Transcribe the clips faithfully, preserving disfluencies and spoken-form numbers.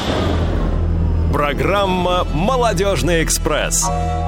Программа «Молодежный экспресс».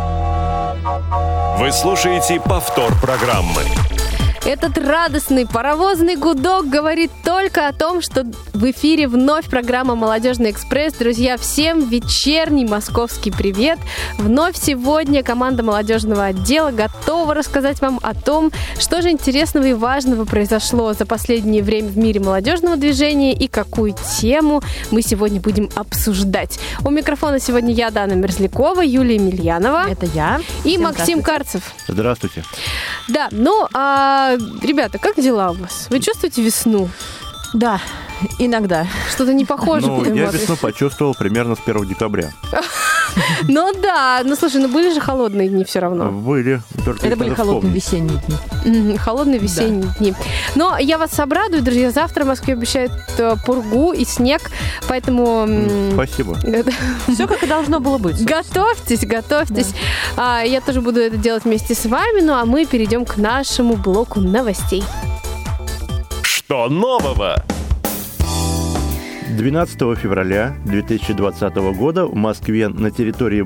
Вы слушаете повтор программы. Этот радостный паровозный гудок говорит только о том, что в эфире вновь программа «Молодежный экспресс». Друзья, всем вечерний московский привет. Вновь сегодня команда молодежного отдела готова рассказать вам о том, что же интересного и важного произошло за последнее время в мире молодежного движения и какую тему мы сегодня будем обсуждать. У микрофона сегодня я, Дана Мерзлякова, Юлия Емельянова. Это я. И Всем Максим Карцев. Здравствуйте. Да, ну, а, ребята, как дела у вас? Вы чувствуете весну? Да, иногда. Что-то не похоже. Ну, я весну почувствовал примерно с первого декабря. Ну да, ну слушай, ну были же холодные дни все равно. Были. Только Это были холодные весенние дни. Холодные весенние дни. Но я вас обрадую, друзья. Завтра в Москве обещают пургу и снег, поэтому... Спасибо. Все как и должно было быть. Готовьтесь, готовьтесь. Да. Я тоже буду это делать вместе с вами, ну а мы перейдем к нашему блоку новостей. Что нового? двенадцатого февраля две тысячи двадцатого года в Москве на территории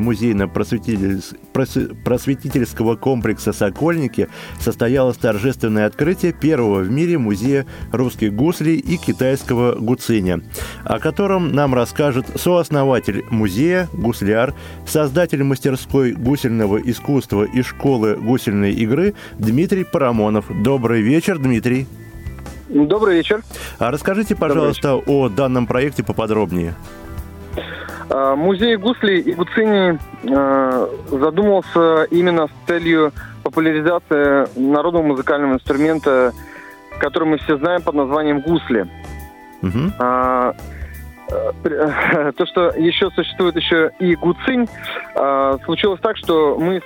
музейно-просветительского комплекса «Сокольники» состоялось торжественное открытие первого в мире музея русских гуслей и китайского гуциня, о котором нам расскажет сооснователь музея, гусляр, создатель мастерской гусельного искусства и школы гусельной игры Дмитрий Парамонов. Добрый вечер, Дмитрий. Добрый вечер. А расскажите, пожалуйста, о данном проекте поподробнее. Музей гуслей и гуцини задумался именно с целью популяризации народного музыкального инструмента, который мы все знаем под названием гусли. Угу. То, что еще существует еще и гуцинь, случилось так, что мы...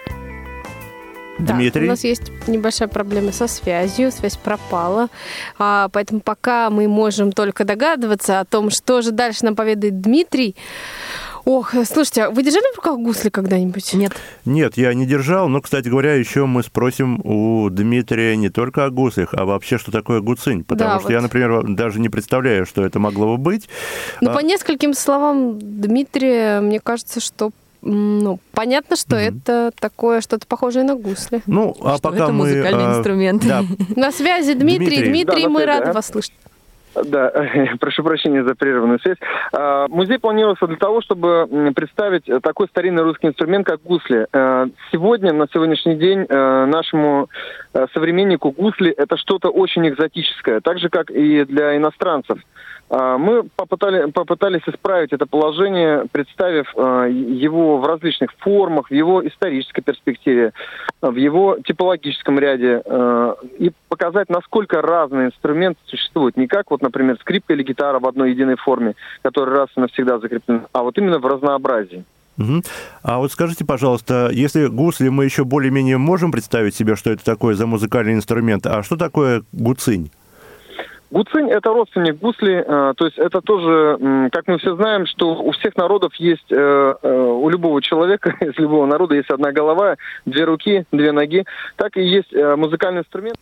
Дмитрий? Да, у нас есть небольшая проблема со связью, связь пропала, а, поэтому пока мы можем только догадываться о том, что же дальше нам поведает Дмитрий. Ох, слушайте, а вы держали в руках гусли когда-нибудь? Нет. Нет, я не держал, но, кстати говоря, еще мы спросим у Дмитрия не только о гуслях, а вообще, что такое гуцинь, потому да, что вот. я, например, даже не представляю, что это могло бы быть. Ну, а... по нескольким словам Дмитрия, мне кажется, что ну, понятно, что mm-hmm. это такое что-то похожее на гусли. Ну, а что пока это мы... музыкальный а, инструмент. Да. На связи Дмитрий. Дмитрий, Дмитрий да, мы рады да. вас слышать. Да, прошу прощения за прерванную связь. Музей планировался для того, чтобы представить такой старинный русский инструмент, как гусли. Сегодня, на сегодняшний день, нашему современнику гусли – это что-то очень экзотическое, так же, как и для иностранцев. Мы попытали, попытались исправить это положение, представив его в различных формах, в его исторической перспективе, в его типологическом ряде, и показать, насколько разные инструменты существуют. Не как, вот, например, скрипка или гитара в одной единой форме, которая раз и навсегда закреплена, а вот именно в разнообразии. Угу. А вот скажите, пожалуйста, если гусли мы еще более-менее можем представить себе, что это такое за музыкальный инструмент, а что такое гуцинь? Гуцинь – это родственник гусли, то есть это тоже, как мы все знаем, что у всех народов есть, у любого человека, из любого народа есть одна голова, две руки, две ноги, так и есть музыкальный инструмент.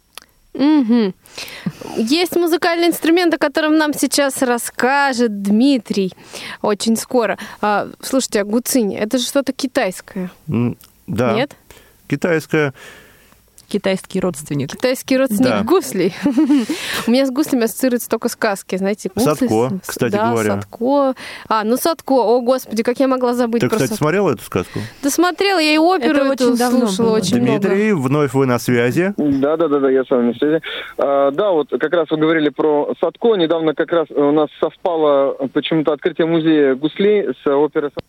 Угу. Есть музыкальный инструмент, о котором нам сейчас расскажет Дмитрий очень скоро. А, слушайте, а гуцинь – это же что-то китайское? Да. Нет? Китайское. Китайский родственник. Китайский родственник да. гуслей. У меня с гуслями ассоциируются только сказки, знаете. Гусли, Садко, кстати да, говоря. Садко. А, ну Садко, о господи, как я могла забыть Ты, про кстати, Садко. смотрела эту сказку? Да смотрела, я и оперу Это эту очень давно слушала было. очень Дмитрий, много. вновь вы на связи. Да-да-да, я с вами на связи. А, да, вот как раз вы говорили про Садко. Недавно как раз у нас совпало почему-то открытие музея гуслей с оперой Садко.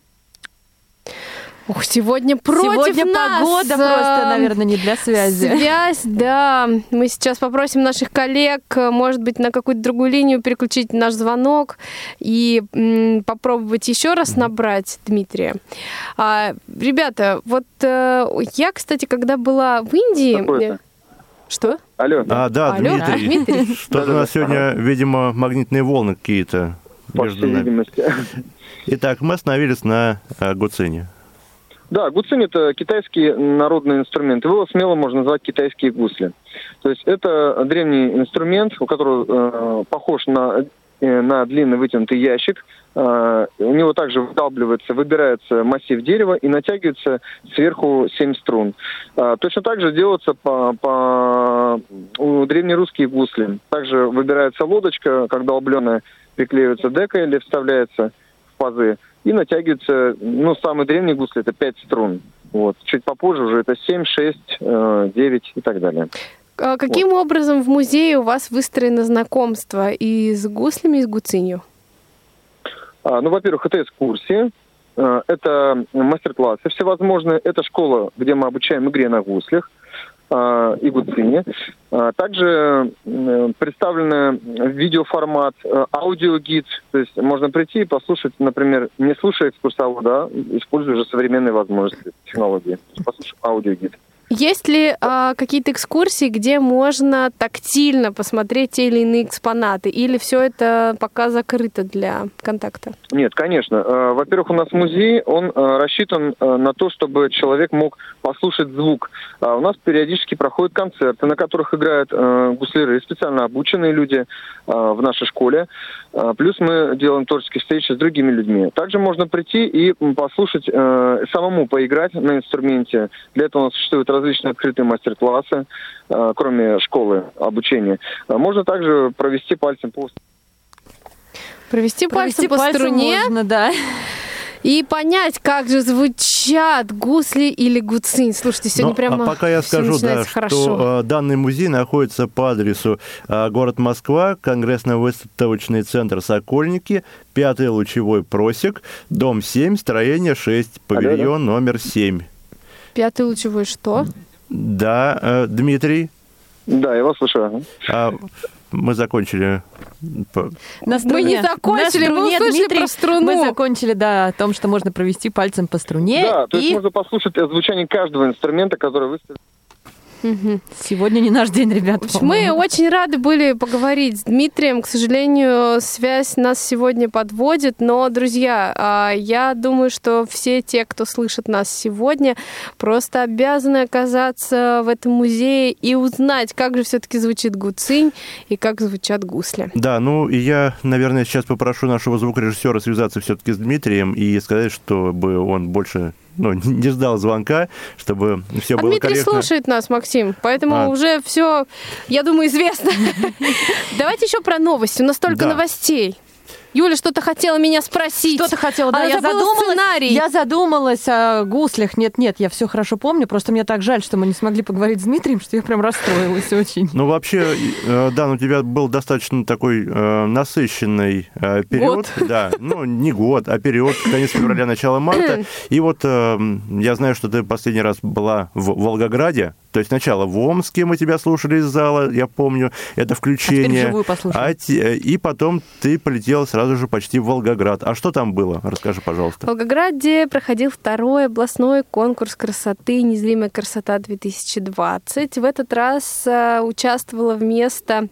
Ух, сегодня против сегодня нас. Погода просто, наверное, не для связи. Связь, да. Мы сейчас попросим наших коллег, может быть, на какую-то другую линию переключить наш звонок и м, попробовать еще раз набрать Дмитрия. А, ребята, вот а, я, кстати, когда была в Индии... Какое-то? Что? Алло. А, да, Алло, Дмитрий. да, Дмитрий. Что-то у нас сегодня, видимо, магнитные волны какие-то между нами. Итак, мы остановились на гуцине. Да, гуцинь – это китайский народный инструмент. Его смело можно назвать китайские гусли. То есть это древний инструмент, у которого э, похож на на длинный вытянутый ящик. Uh, у него также вдалбливается, выбирается массив дерева и натягивается сверху семь струн. Uh, точно так же делается по, по у древнерусские гусли. Также выбирается лодочка, как долбленная, приклеивается дека или вставляется в пазы и натягивается, ну, самый древний гусли это пять струн. Вот. Чуть попозже уже это семь, шесть, девять и так далее. А каким вот. образом в музее у вас выстроено знакомство и с гуслями, и с гуцинью? А, ну, во-первых, это экскурсии, а, это мастер-классы всевозможные, это школа, где мы обучаем игре на гуслях а, и гуцине. А, также а, представлен видеоформат, а, аудиогид, то есть можно прийти и послушать, например, не слушая экскурсовода, а используя уже современные возможности, технологии, послушать аудиогид. Есть ли а, какие-то экскурсии, где можно тактильно посмотреть те или иные экспонаты? Или все это пока закрыто для контакта? Нет, конечно. Во-первых, у нас музей, он рассчитан на то, чтобы человек мог послушать звук. У нас периодически проходят концерты, на которых играют гусляры, специально обученные люди в нашей школе. Плюс мы делаем творческие встречи с другими людьми. Также можно прийти и послушать, самому поиграть на инструменте. Для этого у нас существуют различные открытые мастер-классы, кроме школы обучения. Можно также провести пальцем по Провести, Провести пальцем по пальцем струне можно, да. и понять, как же звучат гусли или гуцинь. Слушайте, сегодня Но, прямо а пока я всё скажу, да, хорошо. что э, данный музей находится по адресу э, город Москва, Конгрессно-выставочный центр «Сокольники», пятый лучевой просек, дом семь, строение шесть, павильон номер семь. Пятый лучевой что? Да, э, Дмитрий. Да, я вас слушаю. А, мы закончили. На Мы не закончили, мы услышали Дмитрий, про струну. Мы закончили, да, о том, что можно провести пальцем по струне. Да, то и есть можно послушать звучание каждого инструмента, который выставлен. Угу. сегодня не наш день, ребят. Мы очень рады были поговорить с Дмитрием. К сожалению, связь нас сегодня подводит. Но, друзья, я думаю, что все те, кто слышит нас сегодня, просто обязаны оказаться в этом музее и узнать, как же все-таки звучит гуцинь и как звучат гусли. Да, ну и я, наверное, сейчас попрошу нашего звукорежиссера связаться все-таки с Дмитрием и сказать, чтобы он больше... Ну, не ждал звонка, чтобы все а было Дмитрий корректно. Слушает нас, Максим, поэтому А. уже все, я думаю, известно. Давайте еще про новости. У нас столько Да. новостей. Юля что-то хотела меня спросить. Что-то хотела, да, Она я забыла задумалась. сценарий. Я задумалась о гуслях. Нет-нет, я все хорошо помню. Просто мне так жаль, что мы не смогли поговорить с Дмитрием, что я прям расстроилась очень. Ну, вообще, э, да, у тебя был достаточно такой э, насыщенный э, период. Год. Да, ну, не год, а период, конец февраля, начало марта. И вот э, я знаю, что ты последний раз была в Волгограде. То есть сначала в Омске мы тебя слушали из зала, я помню, это включение. А теперь вживую послушаем. А те- и потом ты полетела сразу же почти в Волгоград. А что там было? Расскажи, В пожалуйста. Волгограде проходил второй областной конкурс красоты «Незримая красота-две тысячи двадцать». В этот раз а, участвовало вместо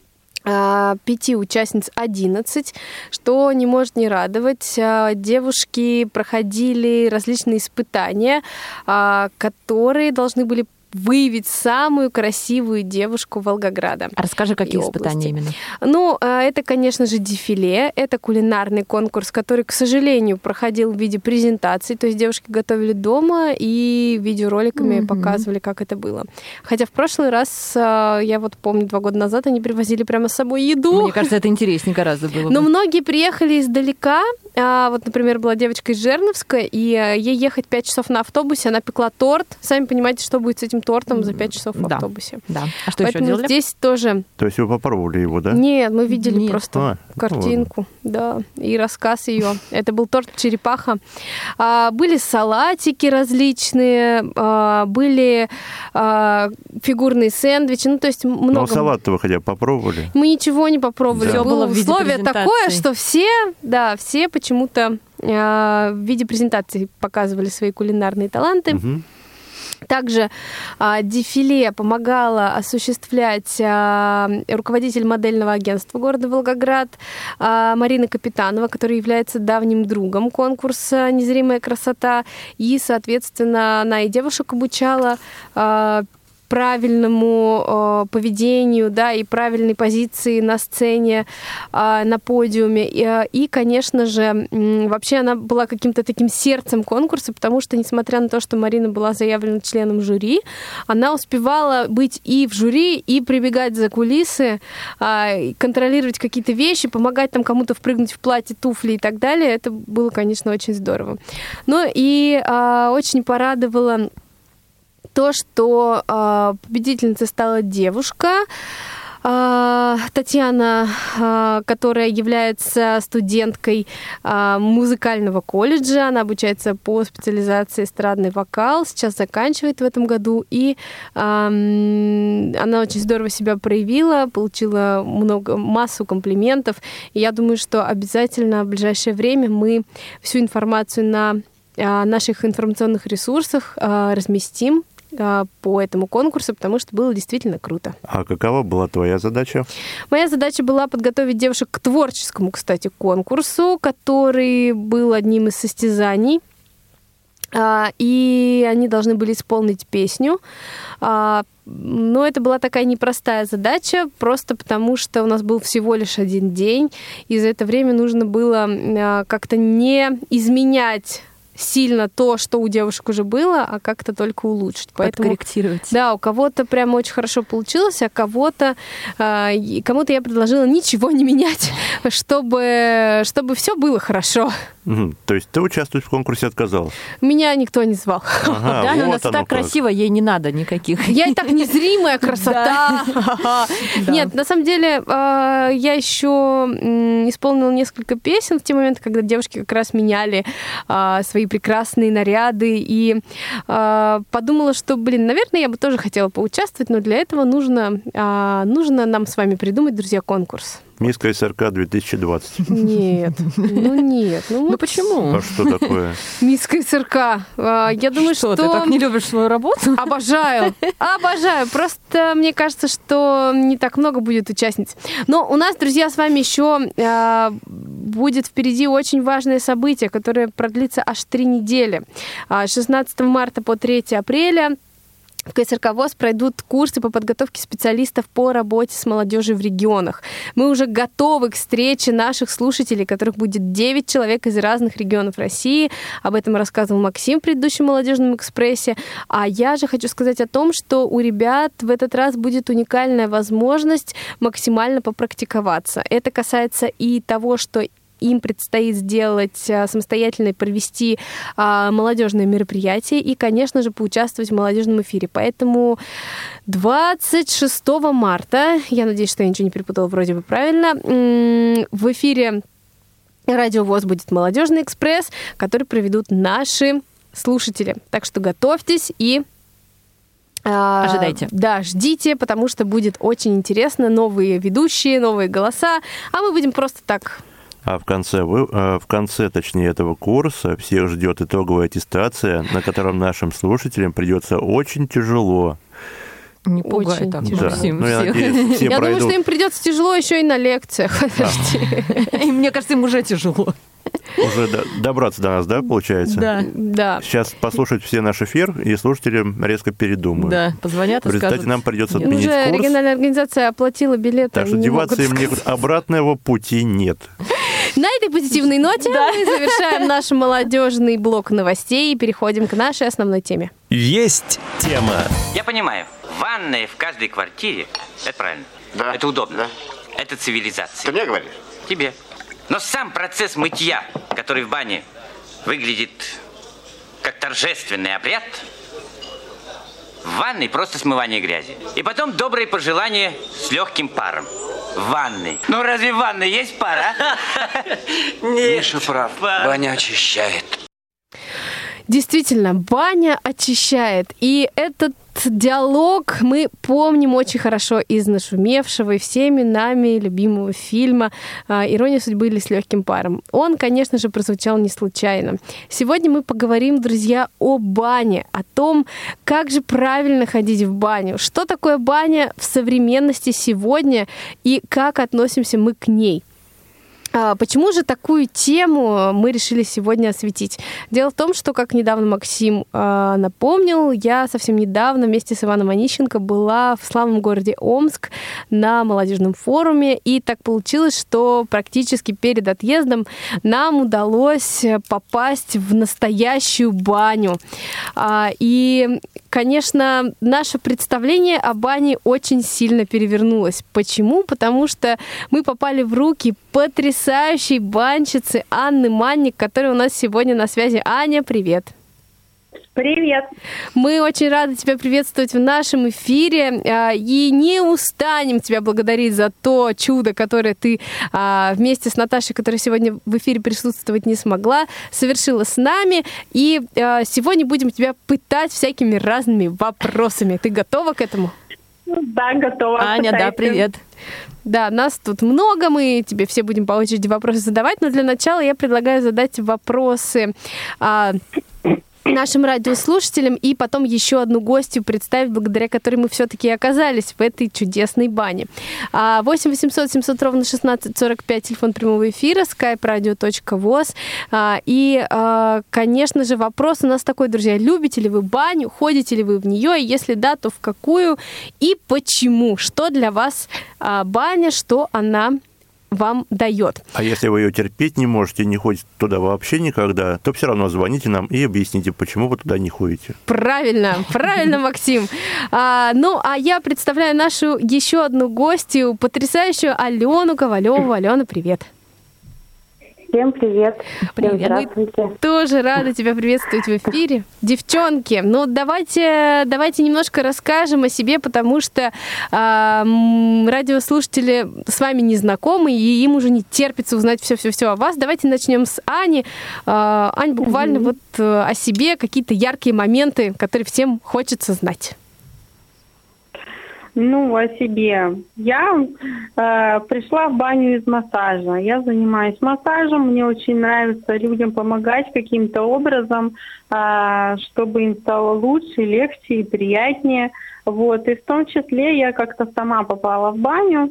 а, пяти участниц одиннадцать, что не может не радовать. А, Девушки проходили различные испытания, а, которые должны были выявить самую красивую девушку Волгограда. А расскажи, какие и испытания области. именно? Ну, а, это, конечно же, дефиле. Это кулинарный конкурс, который, к сожалению, проходил в виде презентации. То есть девушки готовили дома и видеороликами Мгм. показывали, как это было. Хотя в прошлый раз, а, я вот помню, два года назад они привозили прямо с собой еду. Мне кажется, это интереснее гораздо было Но бы. многие приехали издалека. А, Вот, например, была девочка из Жерновска, и а, ей ехать пять часов на автобусе. Она пекла торт. Сами понимаете, что будет с этим тортом за пять часов в Да. автобусе. Да. А что еще Поэтому делали? здесь тоже... То есть вы попробовали его, да? Нет, мы видели Нет. просто А, картинку, да, и рассказ ее. Это был торт черепаха. А, были салатики различные, а, были а, фигурные сэндвичи, ну то есть много. Но салат-то вы хотя бы попробовали? Мы ничего не попробовали. Да. Всё Было было в виде условие презентации. такое, что все, да, все почему-то а, в виде презентации показывали свои кулинарные таланты. Мгм. Также а, дефиле помогала осуществлять а, руководитель модельного агентства города Волгоград а, Марина Капитанова, которая является давним другом конкурса «Незримая красота». И, соответственно, она и девушек обучала а, правильному э, поведению, да, и правильной позиции на сцене, э, на подиуме. И, э, и, конечно же, э, вообще она была каким-то таким сердцем конкурса, потому что, несмотря на то, что Марина была заявлена членом жюри, она успевала быть и в жюри, и прибегать за кулисы, э, контролировать какие-то вещи, помогать там кому-то впрыгнуть в платье, туфли и так далее. Это было, конечно, очень здорово. Ну и э, очень порадовало то, что э, победительницей стала девушка э, Татьяна, э, которая является студенткой э, музыкального колледжа. Она обучается по специализации эстрадный вокал, сейчас заканчивает в этом году, и э, она очень здорово себя проявила, получила много, массу комплиментов. И я думаю, что обязательно в ближайшее время мы всю информацию на э, наших информационных ресурсах э, разместим по этому конкурсу, потому что было действительно круто. А какова была твоя задача? Моя задача была подготовить девушек к творческому, кстати, конкурсу, который был одним из состязаний. И они должны были исполнить песню. Но это была такая непростая задача, просто потому что у нас был всего лишь один день, и за это время нужно было как-то не изменять сильно то, что у девушек уже было, а как-то только улучшить. Поэтому, подкорректировать. Да, у кого-то прямо очень хорошо получилось, а кого-то, э, кому-то я предложила ничего не менять, чтобы, чтобы все было хорошо. Угу. То есть ты участвовать в конкурсе отказалась? Меня никто не звал. Ага, да, вот она так как. красиво, ей не надо никаких. Я и так незримая красота. Нет, на самом деле я еще исполнила несколько песен в те моменты, когда девушки как раз меняли свои прекрасные наряды, и подумала, что, блин, наверное, я бы тоже хотела поучаствовать, но для этого нужно, нужно нам с вами придумать, друзья, конкурс. Мисс КСРК две тысячи двадцать. Нет, ну нет. Ну, ну вот почему? А что такое? Мисс КСРК. Я думаю, что... Что, ты так не любишь свою работу? Обожаю, обожаю. Просто мне кажется, что не так много будет участниц. Но у нас, друзья, с вами еще э, будет впереди очень важное событие, которое продлится аж три недели. С шестнадцатого марта по третьего апреля в КСРК ВОС пройдут курсы по подготовке специалистов по работе с молодежью в регионах. Мы уже готовы к встрече наших слушателей, которых будет девять человек из разных регионов России. Об этом рассказывал Максим в предыдущем «Молодежном экспрессе». А я же хочу сказать о том, что у ребят в этот раз будет уникальная возможность максимально попрактиковаться. Это касается и того, что им предстоит сделать самостоятельно и провести а, молодежное мероприятие и, конечно же, поучаствовать в молодежном эфире. Поэтому двадцать шестого марта, я надеюсь, что я ничего не перепутала, вроде бы правильно, в эфире Радио ВОС будет «Молодежный экспресс», который проведут наши слушатели. Так что готовьтесь и... Ожидайте. А, да, ждите, потому что будет очень интересно. Новые ведущие, новые голоса, а мы будем просто так... А в конце, в конце, точнее, этого курса всех ждет итоговая аттестация, на котором нашим слушателям придется очень тяжело. Не пугай Очень так, тяжело. Максим, Ну, я всех. надеюсь, все Я пройдут. думаю, что им придется тяжело еще и на лекциях. Подожди. И мне кажется, им уже тяжело. Уже до- добраться до нас, да, получается? Да, Да. Сейчас послушать все наш эфир, и слушатели резко передумают. да, позвонят В и результате скажут... нам придется нет. отменить Уже курс. региональная организация оплатила билеты. Так что они не деваться могут им некуда. Обратного пути нет. На этой позитивной ноте мы завершаем наш молодежный блок новостей и переходим к нашей основной теме. Есть тема. Я понимаю, ванная в каждой квартире, это правильно. Да. Это удобно. Да. Это цивилизация. Ты мне говоришь? Тебе. Но сам процесс мытья, который в бане выглядит как торжественный обряд, в ванной просто смывание грязи. И потом добрые пожелания с легким паром. В ванной. Ну разве в ванной есть пар, а? Нет. Миша прав. Баня очищает. Действительно, баня очищает. И этот диалог мы помним очень хорошо из нашумевшего и всеми нами любимого фильма «Ирония судьбы» или «С легким паром». Он, конечно же, прозвучал не случайно. Сегодня мы поговорим, друзья, о бане, о том, как же правильно ходить в баню, что такое баня в современности сегодня и как относимся мы к ней. Почему же такую тему мы решили сегодня осветить? Дело в том, что, как недавно Максим э, напомнил, я совсем недавно вместе с Иваном Онищенко была в славном городе Омск на молодежном форуме, и так получилось, что практически перед отъездом нам удалось попасть в настоящую баню. А, и, конечно, наше представление о бане очень сильно перевернулось. Почему? Потому что мы попали в руки потрясающей банщицы Анны Манник, которая у нас сегодня на связи. Аня, привет! Привет! Мы очень рады тебя приветствовать в нашем эфире и не устанем тебя благодарить за то чудо, которое ты вместе с Наташей, которая сегодня в эфире присутствовать не смогла, совершила с нами. И сегодня будем тебя пытать всякими разными вопросами. Ты готова к этому? Да, готова. Аня, да, привет. Да, нас тут много, мы тебе все будем по очереди вопросы задавать, но для начала я предлагаю задать вопросы а, нашим радиослушателям и потом еще одну гостью представить, благодаря которой мы все-таки оказались в этой чудесной бане. восемь восемьсот семьсот ровно шестнадцать сорок пять, телефон прямого эфира, skype radio точка voz. И, конечно же, вопрос у нас такой, друзья. Любите ли вы баню? Ходите ли вы в нее? И если да, то в какую? И почему? Что для вас баня? Что она вам дает. А если вы ее терпеть не можете, не ходите туда вообще никогда, то все равно звоните нам и объясните, почему вы туда не ходите. Правильно, правильно, Максим. А, ну, а я представляю нашу еще одну гостью, потрясающую Алену Ковалеву. Алена, привет. Всем привет. Привет. Здравствуйте. Мы тоже рады тебя приветствовать в эфире. Девчонки, ну давайте, давайте немножко расскажем о себе, потому что э, радиослушатели с вами не знакомы, и им уже не терпится узнать все-все-все о вас. Давайте начнем с Ани. Э, Ань, буквально mm-hmm. вот э, о себе, какие-то яркие моменты, которые всем хочется знать. Ну, о себе. Я э, пришла в баню из массажа. Я занимаюсь массажем. Мне очень нравится людям помогать каким-то образом, э, чтобы им стало лучше, легче и приятнее. Вот. И в том числе я как-то сама попала в баню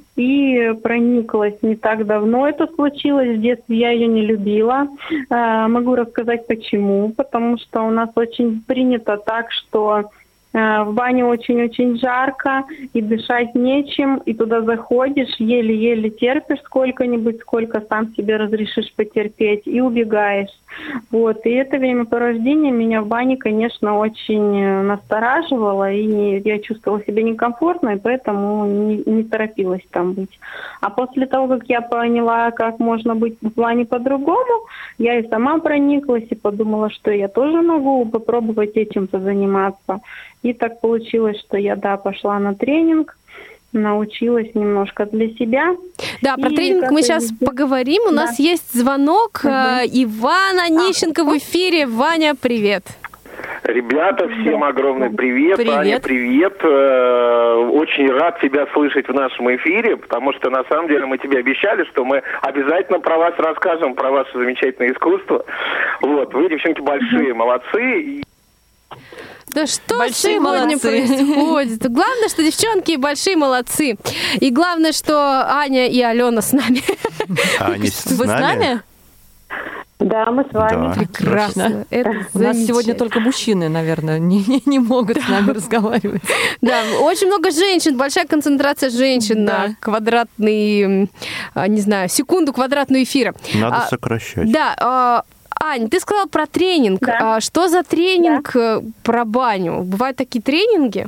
и прониклась не так давно. Это случилось в детстве, я ее не любила. Э, могу рассказать почему. Потому что у нас очень принято так, что в бане очень-очень жарко, и дышать нечем, и туда заходишь, еле-еле терпишь сколько-нибудь, сколько сам себе разрешишь потерпеть, и убегаешь. Вот. И это времяпровождение меня в бане, конечно, очень настораживало, и я чувствовала себя некомфортно, и поэтому не, не торопилась там быть. А после того, как я поняла, как можно быть в бане по-другому, я и сама прониклась, и подумала, что я тоже могу попробовать этим позаниматься. И так получилось, что я, да, пошла на тренинг, научилась немножко для себя. Да, про и тренинг мы сейчас везде... поговорим. У да. нас есть звонок. Угу. Иван Онищенко в эфире. Ваня, привет. Ребята, всем да. огромный привет. Привет. Аня, привет. Очень рад тебя слышать в нашем эфире, потому что на самом деле мы тебе обещали, что мы обязательно про вас расскажем, про ваше замечательное искусство. Вот, вы, девчонки, большие молодцы. Да что большие сегодня молодцы. происходит? Главное, что девчонки большие молодцы. И главное, что Аня и Алена с нами. Аня с Вы с нами? Да, мы с вами. Да. Прекрасно. Это У нас сегодня только мужчины, наверное, не, не, не могут с нами разговаривать. Да, очень много женщин, большая концентрация женщин Да. на квадратный, не знаю, секунду квадратную эфира. Надо А, сокращать. Да, Ань, ты сказала про тренинг. Да. А что за тренинг да. про баню? Бывают такие тренинги?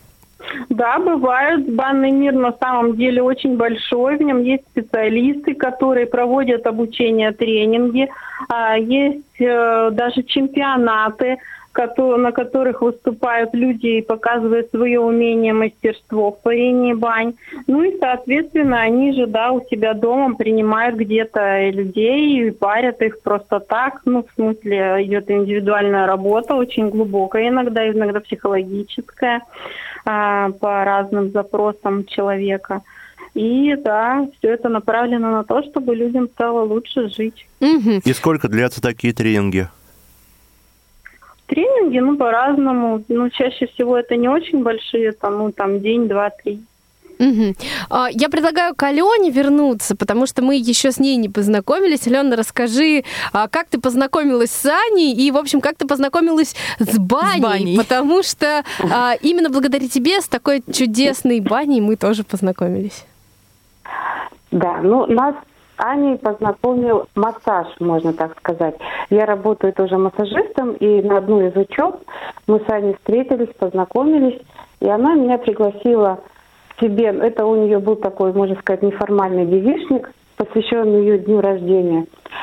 Да, бывают. Банный мир на самом деле очень большой. В нем есть специалисты, которые проводят обучение, тренинги. Есть даже чемпионаты, на которых выступают люди и показывают свое умение, мастерство в парении бань. Ну и, соответственно, они же, да, у себя дома принимают где-то людей и парят их просто так. Ну, в смысле, идет индивидуальная работа, очень глубокая иногда, иногда психологическая, по разным запросам человека. И, да, все это направлено на то, чтобы людям стало лучше жить. Угу. И сколько длятся такие тренинги? Тренинги, ну, по-разному. Ну, чаще всего это не очень большие, там, ну, там, день, два, три. Угу. Я предлагаю к Алене вернуться, потому что мы еще с ней не познакомились. Алена, расскажи, как ты познакомилась с Аней и, в общем, как ты познакомилась с баней, с баней. Потому что именно благодаря тебе с такой чудесной баней мы тоже познакомились. Да, ну нас с Аней познакомил массаж, можно так сказать. Я работаю тоже массажистом, и на одну из учеб мы с Аней встретились, познакомились, и она меня пригласила себе. Это у нее был такой, можно сказать, неформальный девичник, посвященный ее дню рождения.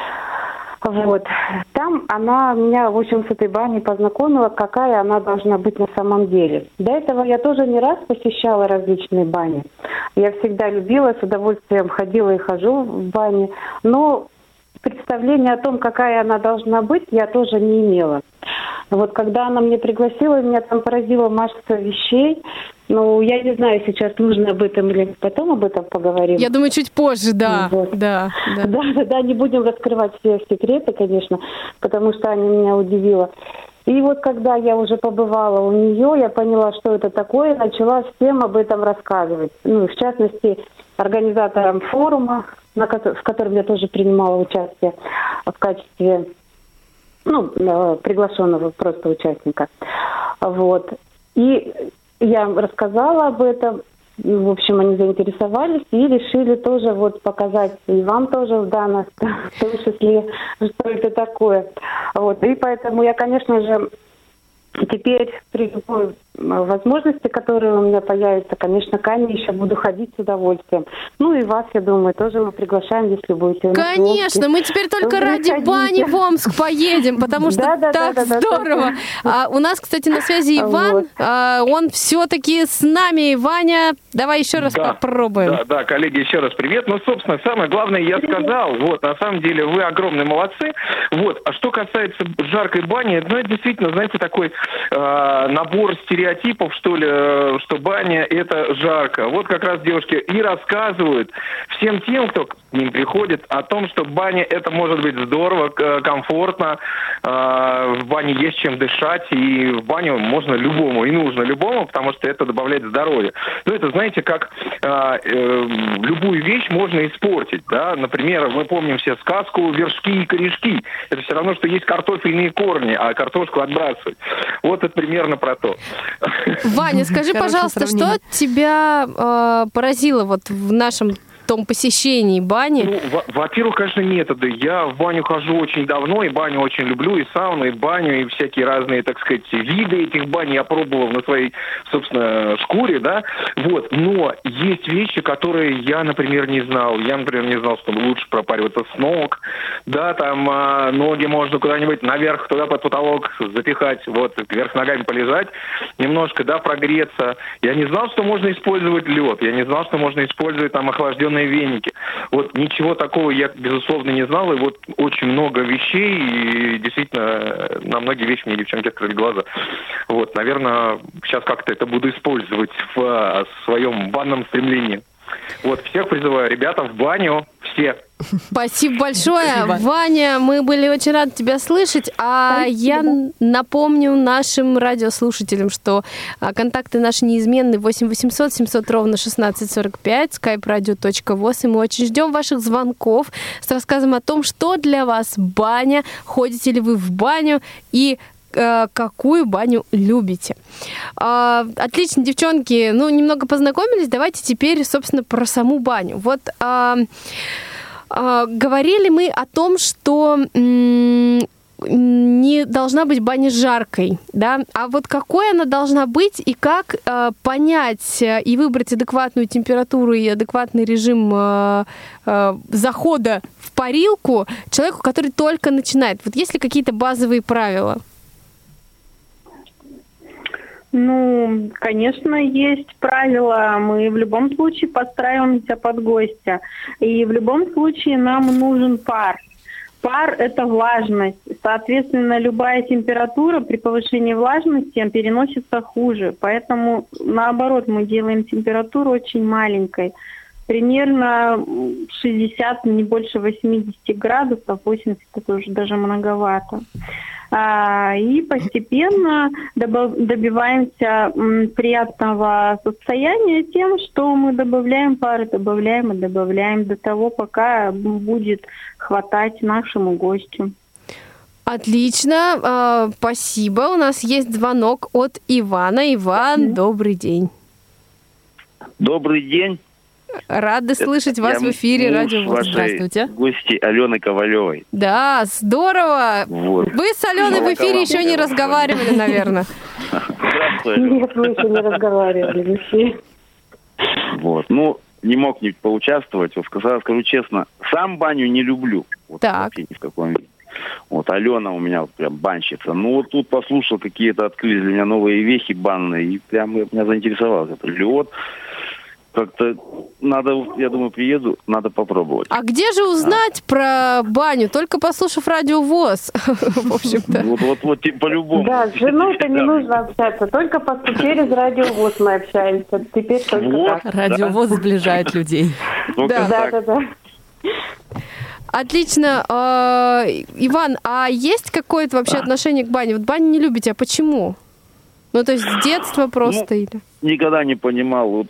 Вот. Там она меня, в общем, с этой баней познакомила, какая она должна быть на самом деле. До этого я тоже не раз посещала различные бани. Я всегда любила, с удовольствием ходила и хожу в бане, но представления о том, какая она должна быть, я тоже не имела. Вот когда она меня пригласила, меня там поразила масса вещей. Ну, я не знаю, сейчас нужно об этом или потом об этом поговорим. Я думаю, чуть позже, да. Вот. Да, да. Да, да, да, не будем раскрывать все секреты, конечно, потому что Аня меня удивила. И вот когда я уже побывала у нее, я поняла, что это такое, начала всем об этом рассказывать. Ну, в частности, организаторам форума, на ко- в котором я тоже принимала участие в качестве, ну, приглашенного просто участника. Вот. И я рассказала об этом, в общем, они заинтересовались и решили тоже вот показать и вам тоже в данном числе, что это такое. Вот. И поэтому я, конечно же, теперь при любой возможности, которые у меня появятся, конечно, к Ане еще буду ходить с удовольствием. Ну и вас, я думаю, тоже мы приглашаем, если будете. Конечно, мы теперь только ради ходите. Бани в Омск поедем, потому что да, да, так да, да, здорово. Да. А, у нас, кстати, на связи Иван, вот. а, он все-таки с нами. Ваня, давай еще раз да, попробуем. Да, да, коллеги, еще раз привет. Ну, собственно, самое главное я сказал. Вот, на самом деле, вы огромные молодцы. Вот, а что касается жаркой бани, ну, это действительно, знаете, такой э, набор стереотипов, что ли, что баня – это жарко. Вот как раз девушки и рассказывают всем тем, кто к ним приходит, о том, что баня – это может быть здорово, комфортно, в бане есть чем дышать, и в баню можно любому, и нужно любому, потому что это добавляет здоровья. Ну, это, знаете, как любую вещь можно испортить, да? Например, мы помним все сказку «Вершки и корешки». Это все равно, что есть картофельные корни, а картошку отбрасывать. Вот это примерно про то. Ваня, скажи, Хорошее пожалуйста, сравнение. Что тебя э, поразило вот в нашем том посещении бани? Ну, во-первых, конечно, методы. Я в баню хожу очень давно, и баню очень люблю, и сауну, и баню, и всякие разные, так сказать, виды этих бань я пробовал на своей, собственно, шкуре, да, вот. Но есть вещи, которые я, например, не знал. Я, например, не знал, что лучше пропариваться с ног, да, там а, ноги можно куда-нибудь наверх, туда под потолок запихать, вот, вверх ногами полежать, немножко, да, прогреться. Я не знал, что можно использовать лед, я не знал, что можно использовать там охлажденные веники. Вот ничего такого я, безусловно, не знал, и вот очень много вещей, и действительно на многие вещи мне девчонки открыли глаза. Вот, наверное, сейчас как-то это буду использовать в, в своем банном стремлении. Вот, всех призываю, ребята, в баню, все. Спасибо большое, Спасибо. Ваня, мы были очень рады тебя слышать, а Спасибо. Я напомню нашим радиослушателям, что контакты наши неизменны: восемь восемьсот семьсот ровно шестнадцать сорок пять, skype radio точка voz, и мы очень ждем ваших звонков с рассказом о том, что для вас баня, ходите ли вы в баню и какую баню любите. А, отлично, девчонки, ну, немного познакомились, давайте теперь, собственно, про саму баню. Вот а, а, говорили мы о том, что м- не должна быть баня жаркой, да, а вот какой она должна быть и как э, понять и выбрать адекватную температуру и адекватный режим э, э, захода в парилку человеку, который только начинает. Вот есть ли какие-то базовые правила? Ну, конечно, есть правила. Мы в любом случае подстраиваемся под гостя. И в любом случае нам нужен пар. Пар – это влажность. Соответственно, любая температура при повышении влажности переносится хуже. Поэтому, наоборот, мы делаем температуру очень маленькой. Примерно шестьдесят, не больше восемьдесят градусов, восемьдесят – это уже даже многовато. И постепенно добиваемся приятного состояния тем, что мы добавляем пары, добавляем и добавляем до того, пока будет хватать нашему гостю. Отлично, спасибо. У нас есть звонок от Ивана. Иван, mm-hmm. добрый день. Добрый день. Рады слышать вас в эфире радио ВОС. Здравствуйте. Гости Алены Ковалевой. Да, здорово. Вот. Вы с Аленой в эфире еще не разговаривали, наверное. Здравствуй, Алена. Нет, мы еще не разговаривали в эфире. Вот, ну, не мог не поучаствовать. Вот сказал, скажу честно, сам баню не люблю. Вот, так. Вообще ни в каком виде. Вот Алена у меня вот прям банщица. Ну, вот тут послушал, какие-то открылись для меня новые вехи банные, и прям меня заинтересовало. Это лед. Как-то надо, я думаю, приеду, надо попробовать. А где же узнать а. про баню? Только послушав радио ВОС, в общем-то. Вот, вот, вот, по-любому. Да, с женой-то не нужно общаться, только через радио ВОС мы общаемся. Теперь только вот, так. Радио ВОС сближает людей. Да, да, да. Отлично. Иван, а есть какое-то вообще отношение к бане? Вот баню не любите, а почему? Ну, то есть с детства просто ну, или? Никогда не понимал вот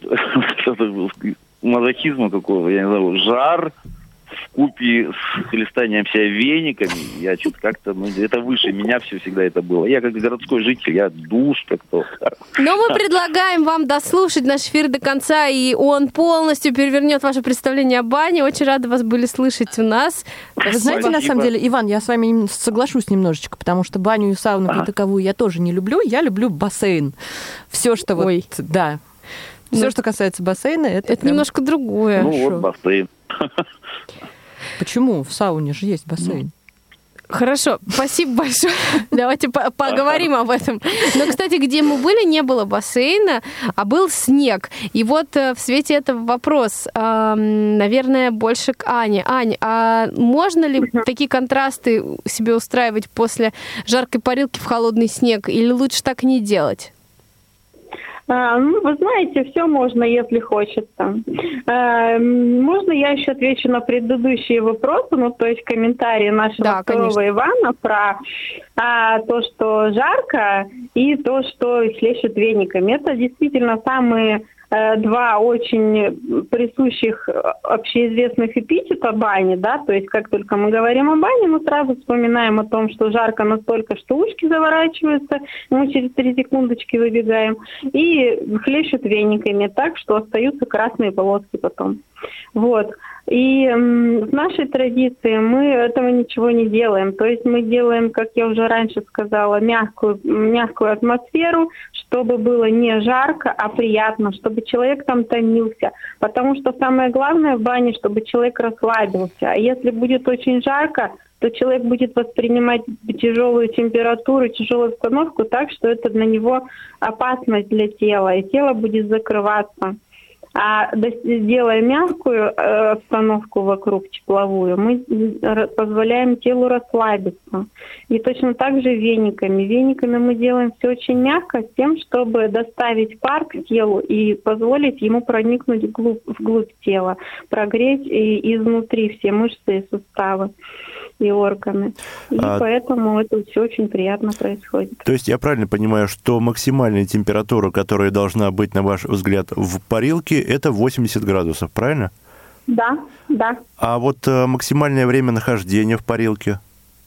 мазохизма какого-то, я не знаю, жар вкупе с хлестанием себя вениками. Я что-то как-то, ну, это выше меня все всегда это было. Я как городской житель, я душ как-то. Но мы предлагаем вам дослушать наш эфир до конца, и он полностью перевернет ваше представление о бане. Очень рады вас были слышать у нас. Вы знаете, на самом деле, Иван, я с вами соглашусь немножечко, потому что баню и сауну как таковую я тоже не люблю. Я люблю бассейн. Все, что вот, Ой. да. Все, что касается бассейна, это, это прям... немножко другое. Ну Шо? Вот бассейн. Почему? В сауне же есть бассейн. Хорошо, спасибо большое. Давайте по- поговорим об этом. Но, кстати, где мы были, не было бассейна, а был снег. И вот в свете этого вопрос, наверное, больше к Ане. Ань, а можно ли такие контрасты себе устраивать после жаркой парилки в холодный снег? Или лучше так не делать? А, ну, вы знаете, все можно, если хочется. А, можно я еще отвечу на предыдущие вопросы, ну, то есть комментарии нашего да, второго Ивана про а, то, что жарко, и то, что хлещут вениками. Это действительно самые два очень присущих общеизвестных эпитета бани, да, то есть как только мы говорим о бане, мы сразу вспоминаем о том, что жарко настолько, что ушки заворачиваются, мы через три секундочки выбегаем, и хлещут вениками так, что остаются красные полоски потом. Вот. И м, в нашей традиции мы этого ничего не делаем. То есть мы делаем, как я уже раньше сказала, мягкую, мягкую атмосферу, чтобы было не жарко, а приятно, чтобы человек там томился. Потому что самое главное в бане, чтобы человек расслабился. А если будет очень жарко, то человек будет воспринимать тяжелую температуру, тяжелую обстановку так, что это для него опасность для тела, и тело будет закрываться. А делая мягкую э, обстановку вокруг, тепловую, мы позволяем телу расслабиться. И точно так же вениками. Вениками мы делаем все очень мягко, с тем, чтобы доставить пар к телу и позволить ему проникнуть вглубь, вглубь тела, прогреть и изнутри все мышцы и суставы и органы. И а... поэтому это все очень приятно происходит. То есть я правильно понимаю, что максимальная температура, которая должна быть, на ваш взгляд, в парилке, это восемьдесят градусов, правильно? Да, да. А вот э, максимальное время нахождения в парилке?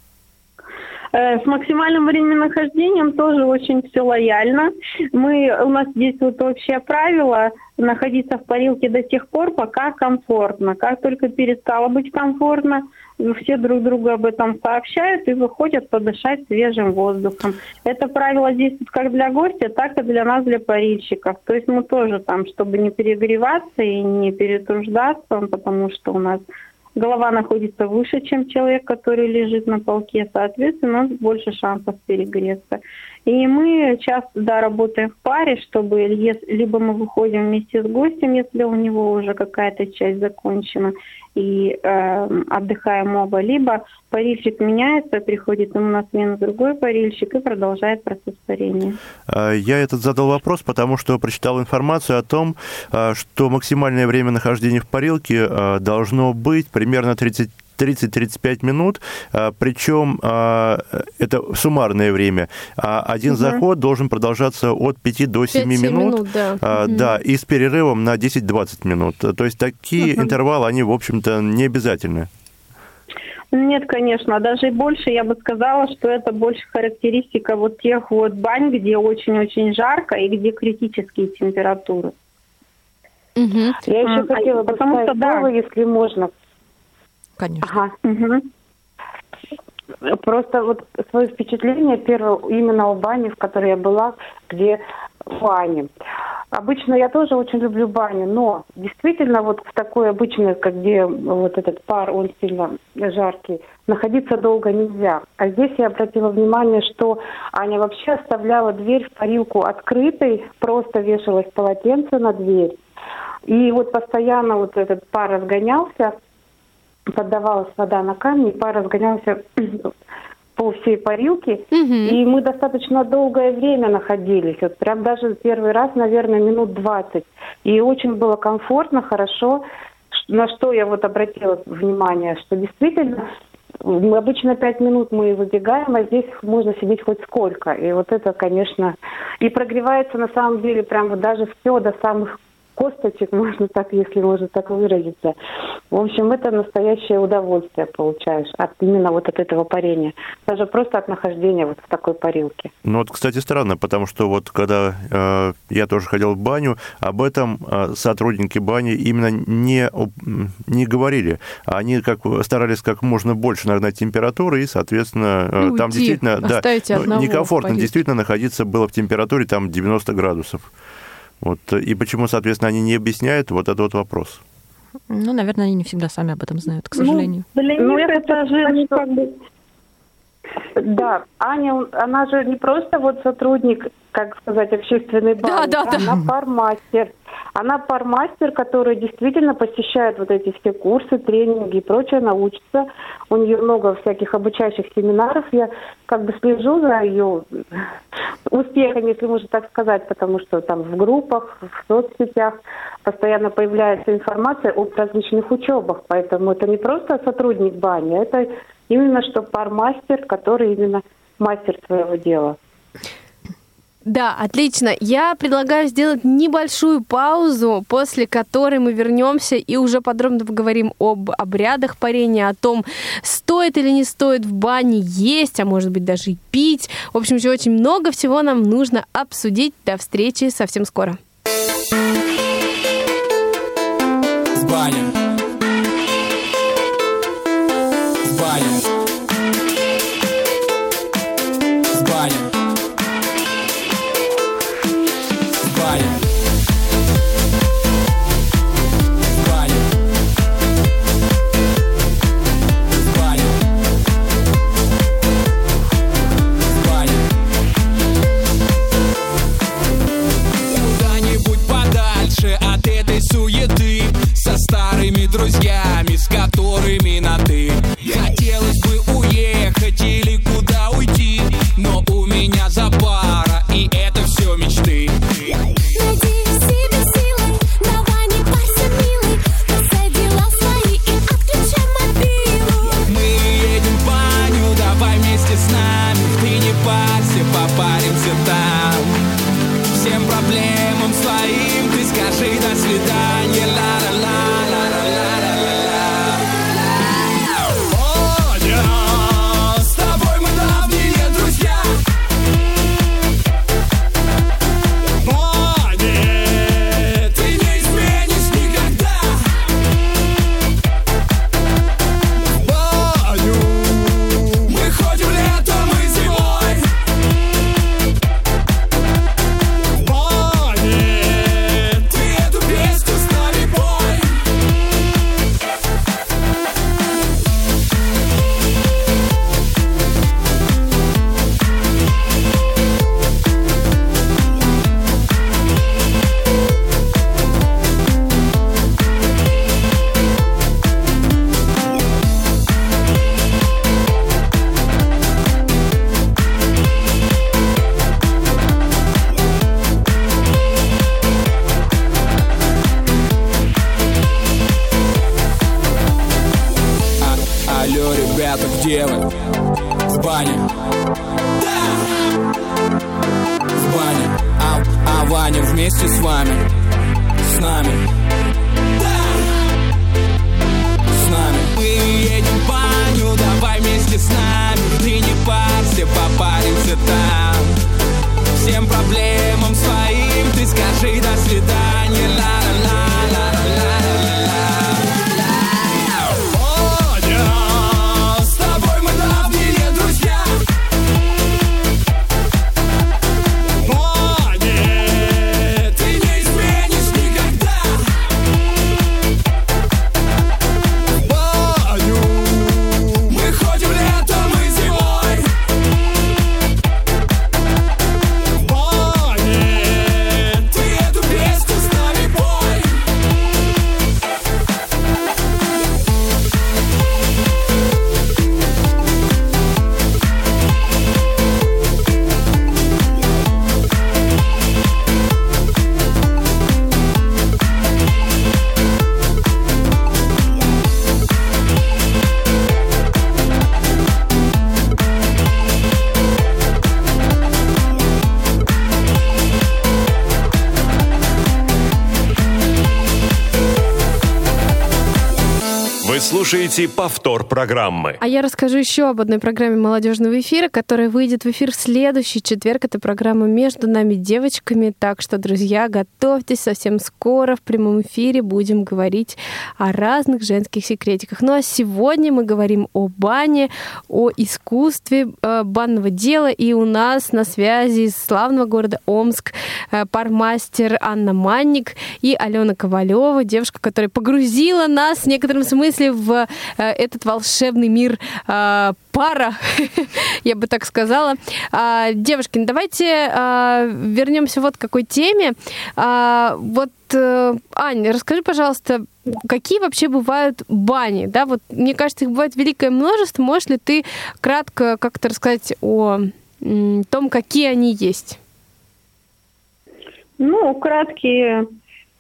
С максимальным временем нахождением тоже очень все лояльно. Мы, у нас здесь вот общее правило находиться в парилке до тех пор, пока комфортно. Как только перестало быть комфортно, все друг другу об этом сообщают и выходят подышать свежим воздухом. Это правило действует как для гостя, так и для нас, для парильщиков. То есть мы тоже там, чтобы не перегреваться и не перетруждаться, потому что у нас голова находится выше, чем человек, который лежит на полке, соответственно, у нас больше шансов перегреться. И мы часто, да, работаем в паре, чтобы если, либо мы выходим вместе с гостем, если у него уже какая-то часть закончена, и э, отдыхаем оба, либо парильщик меняется, приходит ему на смену другой парильщик и продолжает процесс парения. Я этот задал вопрос, потому что прочитал информацию о том, что максимальное время нахождения в парилке должно быть примерно тридцать тридцать-тридцать пять минут, причем это суммарное время. Один угу. заход должен продолжаться от пяти до семи минут, минут да. Да, и с перерывом на десять-двадцать минут. То есть такие угу. интервалы, они, в общем-то, не обязательны. Нет, конечно, даже и больше я бы сказала, что это больше характеристика вот тех вот бань, где очень-очень жарко и где критические температуры. Угу. Я еще а, хотела бы потому сказать, что, да. слово, если можно. Конечно. Ага. Угу. Просто вот свое впечатление первое именно о бане, в которой я была, где в бане. Обычно я тоже очень люблю баню, но действительно вот в такой обычной, где вот этот пар, он сильно жаркий, находиться долго нельзя. А здесь я обратила внимание, что Аня вообще оставляла дверь в парилку открытой, просто вешалось полотенце на дверь. И вот постоянно вот этот пар разгонялся, поддавалась вода на камни, пар разгонялся по всей парилке, угу. и мы достаточно долгое время находились, вот прям даже первый раз, наверное, минут двадцать, и очень было комфортно, хорошо, на что я вот обратила внимание, что действительно мы обычно пять минут мы выбегаем, а здесь можно сидеть хоть сколько, и вот это, конечно, и прогревается на самом деле прям вот даже все до самых косточек, можно так, если можно так выразиться. В общем, это настоящее удовольствие получаешь от именно вот от этого парения. Даже просто от нахождения вот в такой парилке. Ну вот, кстати, странно, потому что вот когда э, я тоже ходил в баню, об этом э, сотрудники бани именно не, не говорили. Они как старались как можно больше нагнать температуру, и, соответственно, э, там действительно да, ну, некомфортно действительно находиться было в температуре там девяносто градусов. Вот, и почему, соответственно, они не объясняют, вот это вот вопрос. Ну, наверное, они не всегда сами об этом знают, к сожалению. Ну, для ну, них это же не как бы... Да, Аня, она же не просто вот сотрудник, как сказать, общественной бани, да, да, да. Она пармастер. Она пармастер, который действительно посещает вот эти все курсы, тренинги и прочее, она учится. У нее много всяких обучающих семинаров. Я как бы слежу за ее успехами, если можно так сказать, потому что там в группах, в соцсетях постоянно появляется информация об различных учебах. Поэтому это не просто сотрудник бани, это именно что пармастер, который именно мастер своего дела. Да, отлично. Я предлагаю сделать небольшую паузу, после которой мы вернемся и уже подробно поговорим об обрядах парения, о том, стоит или не стоит в бане есть, а может быть даже и пить. В общем, очень много всего нам нужно обсудить. До встречи совсем скоро. В бане. В бане. В бане. Суеты со старыми друзьями, с которыми на «ты». Хотелось бы уехать или куда уйти, но у меня запара, и это все мечты. Найди в себе силы, давай не парься, милый, бросай дела свои и отключай мобилу. Мы едем в баню, давай вместе с нами, ты не парься, попаримся там. Всем проблемам своим ты скажи до свидания, ла-ла-ла-ла-ла-ла-ла-ла. Оля, с тобой мы давние друзья. Оля, ты не изменишь никогда. Баню мы ходим летом и зимой. Ты эту делать в бане. В бане. А, а Ваня вместе с вами, с нами. С нами. Мы едем в баню, давай вместе с нами. Ты не парься, попаримся там. Всем проблемам своим ты скажи до свидания. Ла-ла-ла-ла-ла-ла-ла. Оня, с тобой мы давние друзья. Оня, ты не изменишь никогда. Баню, мы ходим летом и зимой. Ты эту песню с нами пой. Вы слушаете повтор программы. А я расскажу еще об одной программе молодежного эфира, которая выйдет в эфир в следующий четверг. Это программа «Между нами девочками». Так что, друзья, готовьтесь, совсем скоро в прямом эфире будем говорить о разных женских секретиках. Ну а сегодня мы говорим о бане, о искусстве э, банного дела. И у нас на связи из славного города Омск э, пармастер Анна Манник и Алена Ковалева, девушка, которая погрузила нас в некотором смысле в э, этот волшебный мир э, пара, я бы так сказала. А, девушки, давайте а, вернемся вот к какой теме. А, вот, а, Аня, расскажи, пожалуйста, какие вообще бывают бани? Да, вот, мне кажется, их бывает великое множество. Можешь ли ты кратко как-то рассказать о м, том, какие они есть? Ну, краткие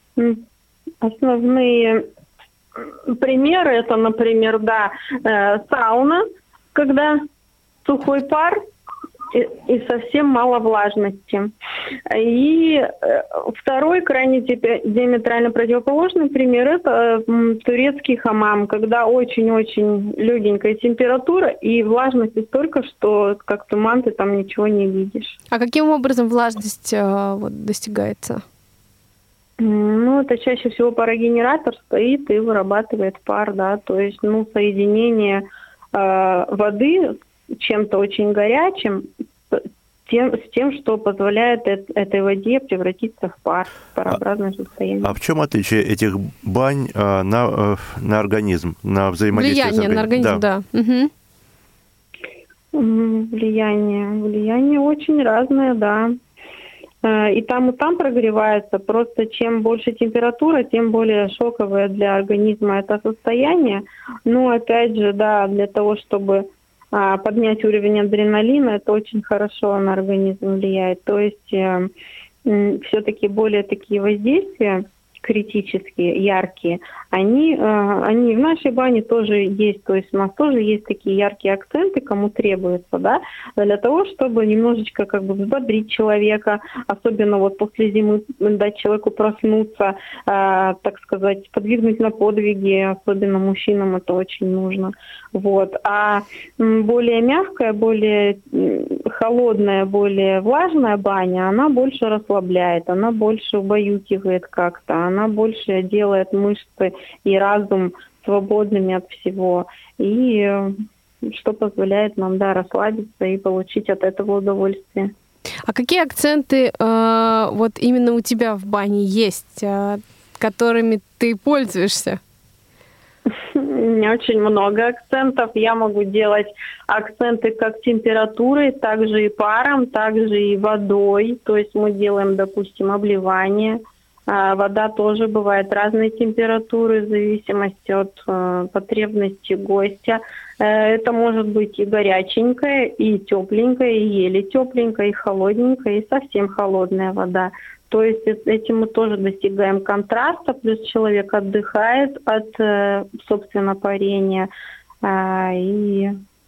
основные примеры, это, например, да, э, сауна, когда сухой пар и, и совсем мало влажности. И э, второй, крайне диаметрально противоположный пример, это э, турецкий хамам, когда очень-очень легенькая температура и влажности столько, что как туман, ты там ничего не видишь. А каким образом влажность э, вот, достигается? Ну, это чаще всего парогенератор стоит и вырабатывает пар, да, то есть, ну, соединение э, воды с чем-то очень горячим, тем, с тем, что позволяет э- этой воде превратиться в пар, в парообразное состояние. А в чем отличие этих бань э, на, э, на организм, на взаимодействие Влияние с организмом? на организм, да. да. Угу. Влияние. Влияние очень разное, да. И там, и там прогревается. Просто чем больше температура, тем более шоковое для организма это состояние. Но опять же, да, для того, чтобы а, поднять уровень адреналина, это очень хорошо на организм влияет. То есть э, э, все-таки более такие воздействия критические, яркие, они, э, они в нашей бане тоже есть, то есть у нас тоже есть такие яркие акценты, кому требуется, да, для того, чтобы немножечко как бы взбодрить человека, особенно вот после зимы дать человеку проснуться, э, так сказать, подвигнуть на подвиги, особенно мужчинам это очень нужно, вот. А более мягкая, более холодная, более влажная баня, она больше расслабляет, она больше убаюкивает как-то, она больше делает мышцы и разум свободными от всего. И что позволяет нам, да, расслабиться и получить от этого удовольствие. А какие акценты э, вот именно у тебя в бане есть, э, которыми ты пользуешься? У меня очень много акцентов. Я могу делать акценты как температурой, так же и паром, так же и водой. То есть мы делаем, допустим, обливание. Вода тоже бывает разной температуры в зависимости от э, потребностей гостя. Э, это может быть и горяченькая, и тепленькая, и еле тепленькая, и холодненькая, и совсем холодная вода. То есть этим мы тоже достигаем контраста, плюс человек отдыхает от, э, собственно, парения. Э, и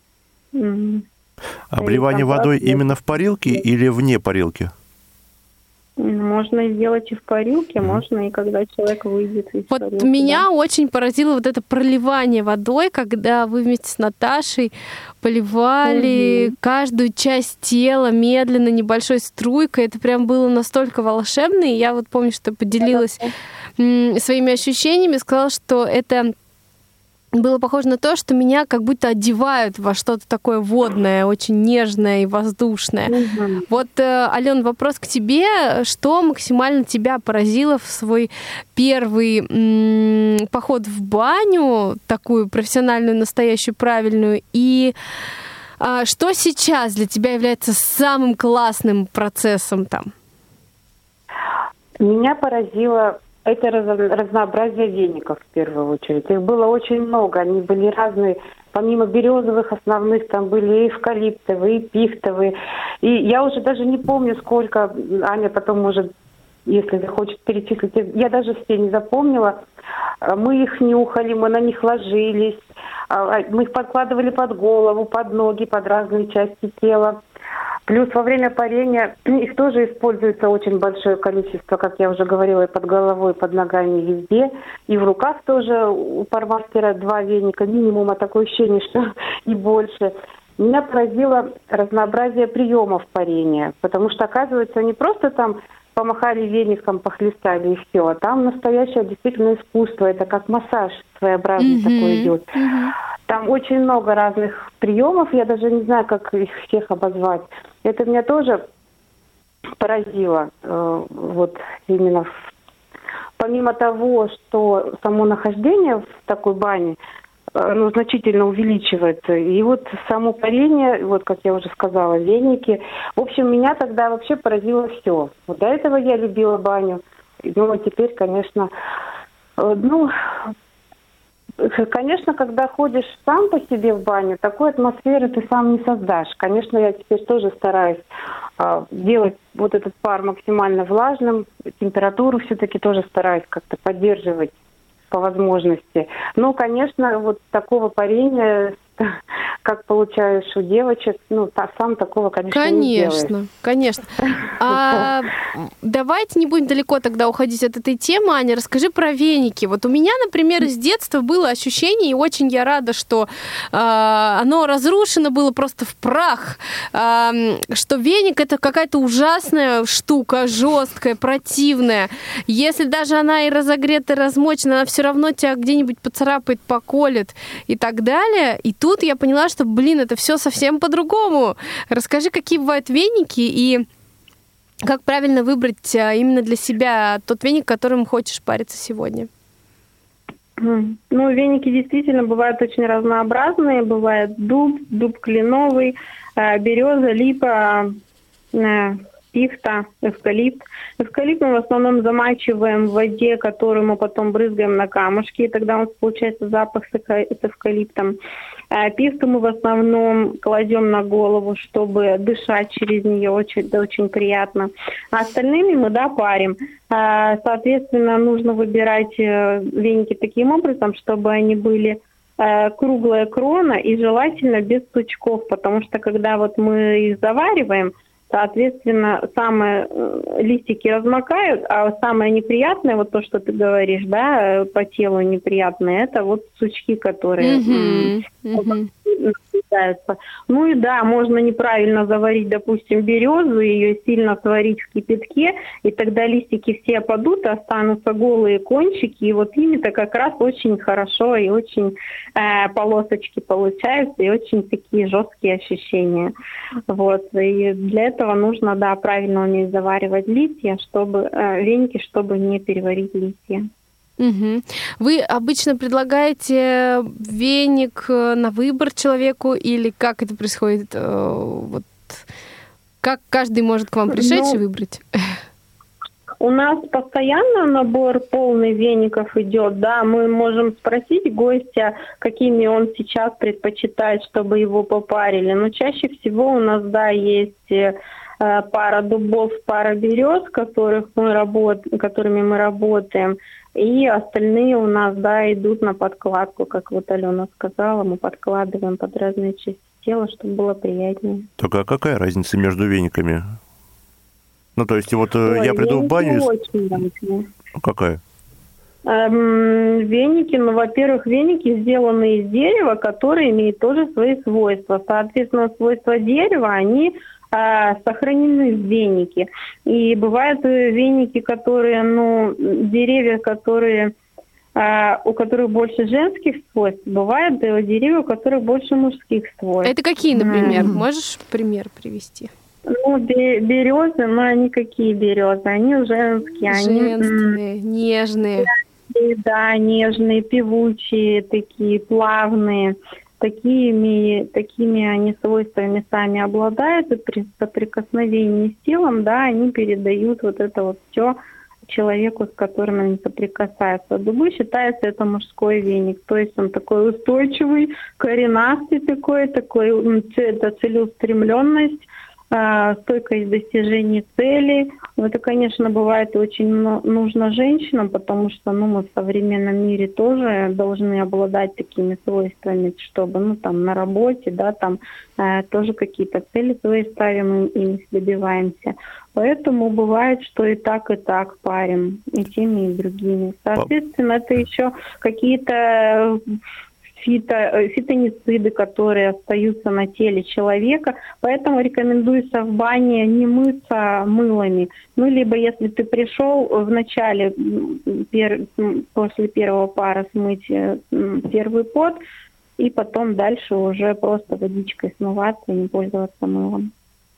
Обливание водой именно в парилке или вне парилки? Можно сделать и в парилке, mm. можно и когда человек выйдет из вот парилки. Меня да. очень поразило вот это проливание водой, когда вы вместе с Наташей поливали mm-hmm. каждую часть тела медленно, небольшой струйкой. Это прям было настолько волшебно. И я вот помню, что поделилась mm-hmm. своими ощущениями, сказала, что это было похоже на то, что меня как будто одевают во что-то такое водное, очень нежное и воздушное. Mm-hmm. Вот, Алён, вопрос к тебе. Что максимально тебя поразило в свой первый м- поход в баню, такую профессиональную, настоящую, правильную, и а, что сейчас для тебя является самым классным процессом там? Меня поразило это разнообразие веников, в первую очередь. Их было очень много, они были разные. Помимо березовых основных, там были и эвкалиптовые, и пихтовые. И я уже даже не помню, сколько, Аня потом может, если захочет перечислить, я даже все не запомнила. Мы их нюхали, мы на них ложились, мы их подкладывали под голову, под ноги, под разные части тела. Плюс во время парения их тоже используется очень большое количество, как я уже говорила, и под головой, и под ногами, везде. И в руках тоже у пармастера два веника минимум, а такое ощущение, что и больше. Меня поразило разнообразие приемов парения, потому что, оказывается, не просто там помахали веником, похлестали и все, а там настоящее действительно искусство. Это как массаж своеобразный mm-hmm. такой идет. Mm-hmm. Там очень много разных приемов, я даже не знаю, как их всех обозвать. Это меня тоже поразило. Э, вот именно в... помимо того, что само нахождение в такой бане оно значительно увеличивается. И вот само парение, вот как я уже сказала, веники. В общем, меня тогда вообще поразило все. Вот до этого я любила баню. Ну, а теперь, конечно, э, ну... Конечно, когда ходишь сам по себе в баню, такой атмосферы ты сам не создашь. Конечно, я теперь тоже стараюсь э, делать вот этот пар максимально влажным, температуру все-таки тоже стараюсь как-то поддерживать по возможности. Но, конечно, вот такого парения, как получаешь у девочек, ну, та, сам такого, конечно, конечно, не делаешь. Конечно, конечно. А давайте не будем далеко тогда уходить от этой темы, Аня. Расскажи про веники. Вот у меня, например, с детства было ощущение, и очень я рада, что э, оно разрушено было просто в прах, э, что веник — это какая-то ужасная штука, жесткая, противная. Если даже она и разогрета, и размочена, она все равно тебя где-нибудь поцарапает, поколет и так далее. И тут я поняла, что, блин, это все совсем по-другому. Расскажи, какие бывают веники и как правильно выбрать именно для себя тот веник, которым хочешь париться сегодня. Ну, веники действительно бывают очень разнообразные. Бывает дуб, дуб кленовый, береза, липа, пихта, эвкалипт. Эвкалипт мы в основном замачиваем в воде, которую мы потом брызгаем на камушки, и тогда у нас получается запах с эвкалиптом. Пихту мы в основном кладем на голову, чтобы дышать через нее, очень, да, очень приятно. А остальными мы, да, парим. Соответственно, нужно выбирать веники таким образом, чтобы они были круглая крона и желательно без сучков, потому что когда вот мы их завариваем, соответственно, самые листики размокают, а самое неприятное, вот то, что ты говоришь, да, по телу неприятное, это вот сучки, которые mm-hmm. Mm-hmm. наблюдаются. Ну и да, можно неправильно заварить, допустим, березу, ее сильно сварить в кипятке, и тогда листики все опадут, останутся голые кончики, и вот ими-то как раз очень хорошо и очень э, полосочки получаются, и очень такие жесткие ощущения. Вот, и для этого этого нужно, да, правильно уметь заваривать листья, чтобы э, веники, чтобы не переварить листья. Угу. Вы обычно предлагаете веник на выбор человеку или как это происходит? Вот, как каждый может к вам пришить ну, и выбрать? У нас постоянно набор полный веников идет, да, мы можем спросить гостя, какими он сейчас предпочитает, чтобы его попарили, но чаще всего у нас, да, есть э, пара дубов, пара берез, которых мы работ... которыми мы работаем, и остальные у нас, да, идут на подкладку, как вот Алена сказала, мы подкладываем под разные части тело, чтобы было приятнее. Так а какая разница между вениками? Ну, то есть, вот Ой, я приду в баню... Очень разные. Какая? Эм, веники, ну, во-первых, веники сделаны из дерева, которые имеют тоже свои свойства. Соответственно, свойства дерева, они э, сохранены в венике. И бывают веники, которые, ну, деревья, которые, э, у которых больше женских свойств, бывают деревья, у которых больше мужских свойств. Это какие, например? Mm. Можешь пример привести? Ну, березы, но они какие березы? Они женские. Женственные, они, нежные. Да, нежные, певучие, такие плавные. Такими, такими они свойствами сами обладают, и при соприкосновении с телом, да, они передают вот это вот все человеку, с которым они соприкасаются. Дубы считается это мужской веник, то есть он такой устойчивый, коренастый такой, такой, это целеустремленность, стойкость достижения цели. Это, конечно, бывает очень нужно женщинам, потому что, ну, мы в современном мире тоже должны обладать такими свойствами, чтобы, ну, там, на работе, да, там, э, тоже какие-то цели свои ставим и их добиваемся. Поэтому бывает, что и так, и так парим, и теми, и другими. Соответственно, это еще какие-то фито, фитонициды, которые остаются на теле человека. Поэтому рекомендуется в бане не мыться мылами. Ну, либо если ты пришел в начале, пер, после первого пара смыть первый пот, и потом дальше уже просто водичкой смываться и не пользоваться мылом.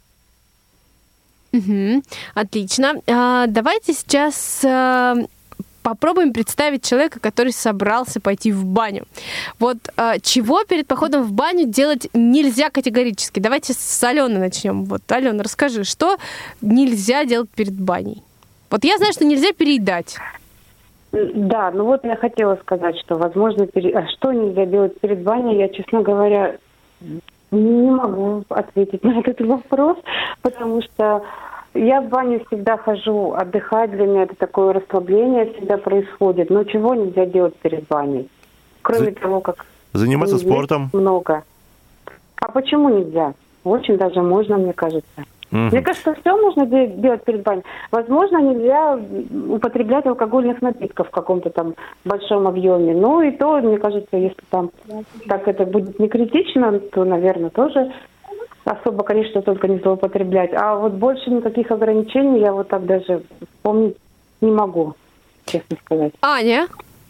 Угу. Отлично. А, давайте сейчас... А... Попробуем представить человека, который собрался пойти в баню. Вот э, чего перед походом в баню делать нельзя категорически? Давайте с Алены начнем. Вот, Алена, расскажи, что нельзя делать перед баней? Вот я знаю, что нельзя переедать. Да, ну вот я хотела сказать, что, возможно, пере... а что нельзя делать перед баней, я, честно говоря, не могу ответить на этот вопрос, потому что я в баню всегда хожу отдыхать, для меня это такое расслабление всегда происходит. Но чего нельзя делать перед баней? Кроме За... того, как... Заниматься спортом. Много. А почему нельзя? Очень даже можно, мне кажется. Угу. Мне кажется, все можно делать перед баней. Возможно, нельзя употреблять алкогольных напитков в каком-то там большом объеме. Ну и то, мне кажется, если там так это будет не критично, то, наверное, тоже... Особо, конечно, только не злоупотреблять. А вот больше никаких ограничений я вот так даже вспомнить не могу, честно сказать. Аня?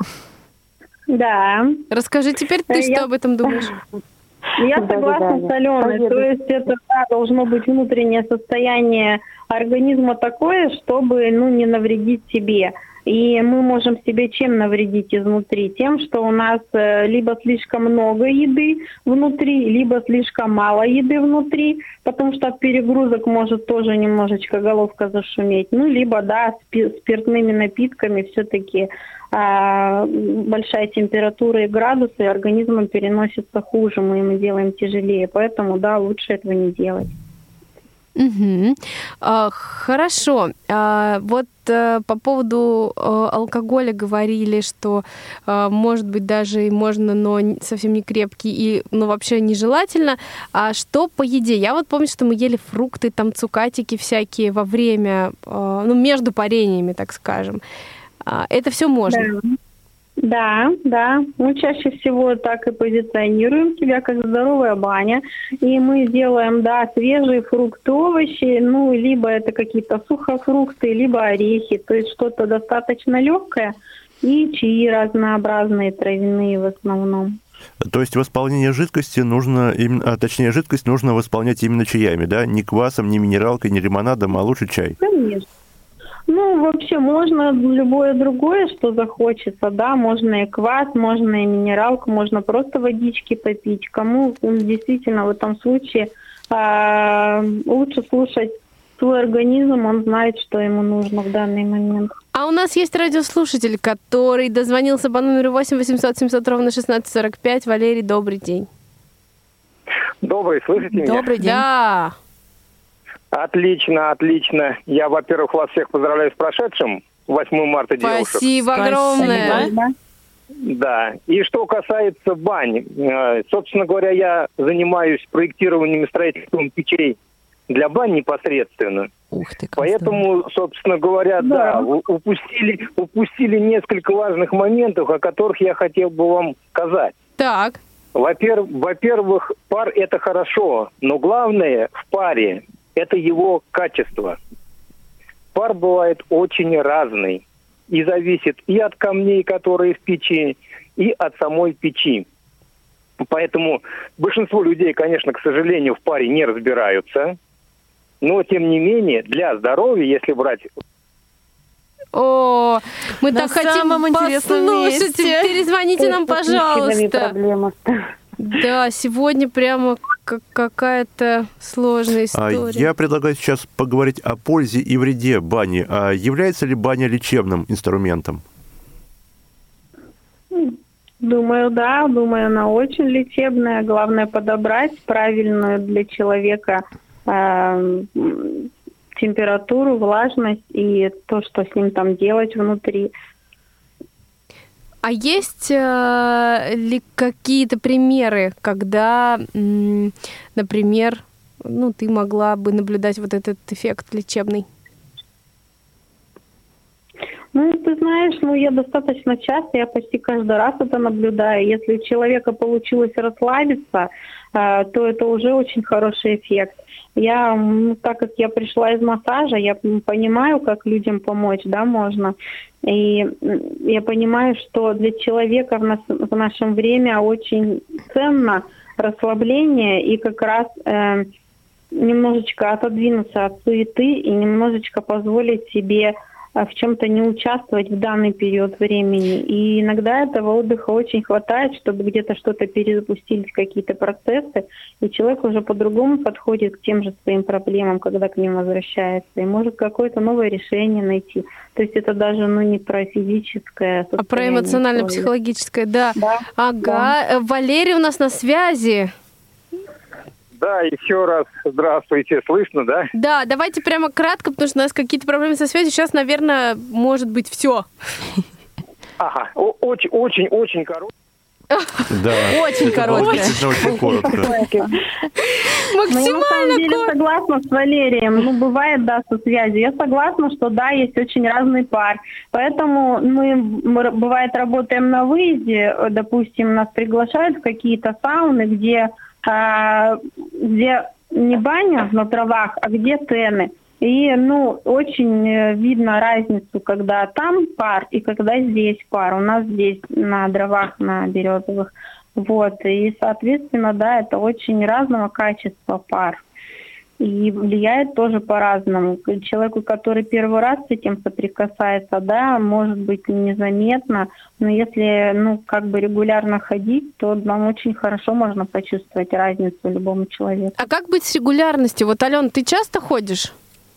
Да. Расскажи теперь ты, я... что об этом думаешь? Я согласна с Аленой. То есть это да, должно быть внутреннее состояние организма такое, чтобы, ну, не навредить себе. И мы можем себе чем навредить изнутри? Тем, что у нас либо слишком много еды внутри, либо слишком мало еды внутри, потому что от перегрузок может тоже немножечко головка зашуметь. Ну, либо, да, спиртными напитками все-таки а, большая температура и градусы организмом переносится хуже, мы ему делаем тяжелее. Поэтому, да, лучше этого не делать. Угу. А, хорошо. А, вот а, по поводу а, алкоголя говорили, что а, может быть даже и можно, но совсем не крепкий и, ну, вообще нежелательно. А что по еде? Я вот помню, что мы ели фрукты, там цукатики всякие во время, а, ну, между парениями, так скажем. А, это все можно? Да. Да, да. Мы чаще всего так и позиционируем себя как здоровая баня. И мы делаем, да, свежие фрукты, овощи, ну, либо это какие-то сухофрукты, либо орехи. То есть что-то достаточно легкое и чаи разнообразные, травяные в основном. То есть восполнение жидкости нужно, а точнее жидкость нужно восполнять именно чаями, да? Не квасом, не минералкой, не лимонадом, а лучше чай. Конечно. Ну, вообще, можно любое другое, что захочется, да, можно и квас, можно и минералку, можно просто водички попить. Кому действительно в этом случае э, лучше слушать свой организм, он знает, что ему нужно в данный момент. А у нас есть радиослушатель, который дозвонился по номеру восемь восемьсот семьсот ровно шестнадцать сорок пять. Валерий, добрый день. Добрый, слышите меня? Добрый день. Да. Отлично, отлично. Я, во-первых, вас всех поздравляю с прошедшим восьмое марта девушек. Спасибо огромное. Спасибо. Да. И что касается бань, э, собственно говоря, я занимаюсь проектированием и строительством печей для бань непосредственно. Ух ты, Поэтому, собственно говоря, да, да у- упустили, упустили несколько важных моментов, о которых я хотел бы вам сказать. Так. Во-первых, во-первых, пар – это хорошо, но главное в паре – это его качество. Пар бывает очень разный и зависит и от камней, которые в печи, и от самой печи. Поэтому большинство людей, конечно, к сожалению, в паре не разбираются. Но, тем не менее, для здоровья, если брать... О, мы На так хотим самом интересном послушать. месте. Перезвоните нам, пожалуйста. Проблема. Да, сегодня прямо как какая-то сложная А история. Я предлагаю сейчас поговорить о пользе и вреде бани. А является ли баня лечебным инструментом? Думаю, да. Думаю, она очень лечебная. Главное подобрать правильную для человека э, температуру, влажность и то, что с ним там делать внутри. А есть э, ли какие-то примеры, когда, м, например, ну, ты могла бы наблюдать вот этот эффект лечебный? Ну, ты знаешь, ну, я достаточно часто, я почти каждый раз это наблюдаю. Если у человека получилось расслабиться, э, то это уже очень хороший эффект. Я, ну, так как я пришла из массажа, я понимаю, как людям помочь, да, можно. И я понимаю, что для человека в, нас, в нашем время очень ценно расслабление и как раз э, немножечко отодвинуться от суеты и немножечко позволить себе в чем-то не участвовать в данный период времени. И иногда этого отдыха очень хватает, чтобы где-то что-то перезапустились, какие-то процессы, и человек уже по-другому подходит к тем же своим проблемам, когда к ним возвращается, и может какое-то новое решение найти. То есть это даже, ну, не про физическое состояние. А про эмоционально-психологическое, да. да. Ага. Да. Валерий у нас на связи. Да, еще раз здравствуйте, слышно, да? Да, давайте прямо кратко, потому что у нас какие-то проблемы со связью. Сейчас, наверное, может быть, все. Ага, очень-очень-очень коротко. Да. Очень коротко. Очень коротко. Ну, я на самом деле согласна с Валерием. Ну, бывает, да, со связью. Я согласна, что да, есть очень разный пар. Поэтому мы, мы бывает, работаем на выезде. Допустим, нас приглашают в какие-то сауны, где А, где не баня на травах, а где тены. И, ну, очень видно разницу, когда там пар и когда здесь пар. У нас здесь на дровах, на березовых. Вот. И, соответственно, да, это очень разного качества пар. И влияет тоже по-разному. Человеку, который первый раз с этим соприкасается, да, может быть незаметно, но если, ну, как бы регулярно ходить, то нам очень хорошо можно почувствовать разницу любому человеку. А как быть с регулярностью? Вот, Алена, ты часто ходишь?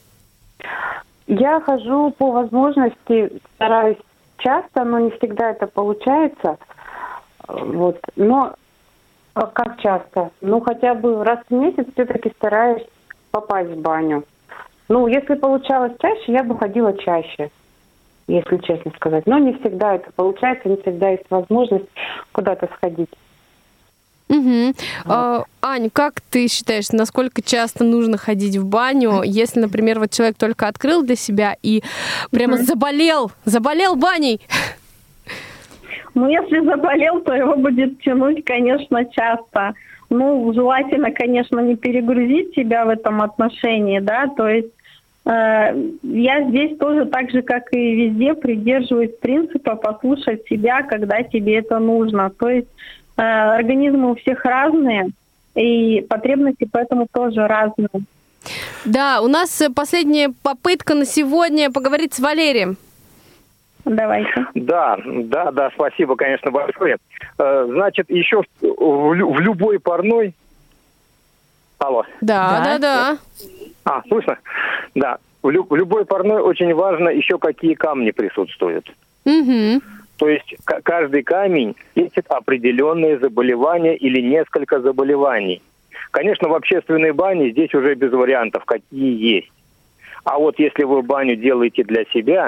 Я хожу по возможности, стараюсь часто, но не всегда это получается. Вот. Но как часто? Ну, хотя бы раз в месяц все-таки стараюсь попасть в баню. Ну, если получалось чаще, я бы ходила чаще, если честно сказать. Но не всегда это получается, не всегда есть возможность куда-то сходить. Угу. А, Ань, как ты считаешь, насколько часто нужно ходить в баню, если, например, вот человек только открыл для себя и прямо заболел, заболел баней? Ну, если заболел, то его будет тянуть, конечно, часто. Ну, желательно, конечно, не перегрузить себя в этом отношении, да, то есть э, я здесь тоже так же, как и везде, придерживаюсь принципа послушать себя, когда тебе это нужно. То есть э, организмы у всех разные, и потребности поэтому тоже разные. Да, у нас последняя попытка на сегодня поговорить с Валерием. Давайте. Да, да, да, спасибо, конечно, большое. Значит, еще в, в, в любой парной... Алло. Да, да, да. А, слышно? Да. В, лю, в любой парной очень важно еще, какие камни присутствуют. Угу. То есть к- каждый камень лечит определенные заболевания или несколько заболеваний. Конечно, в общественной бане здесь уже без вариантов, какие есть. А вот если вы баню делаете для себя,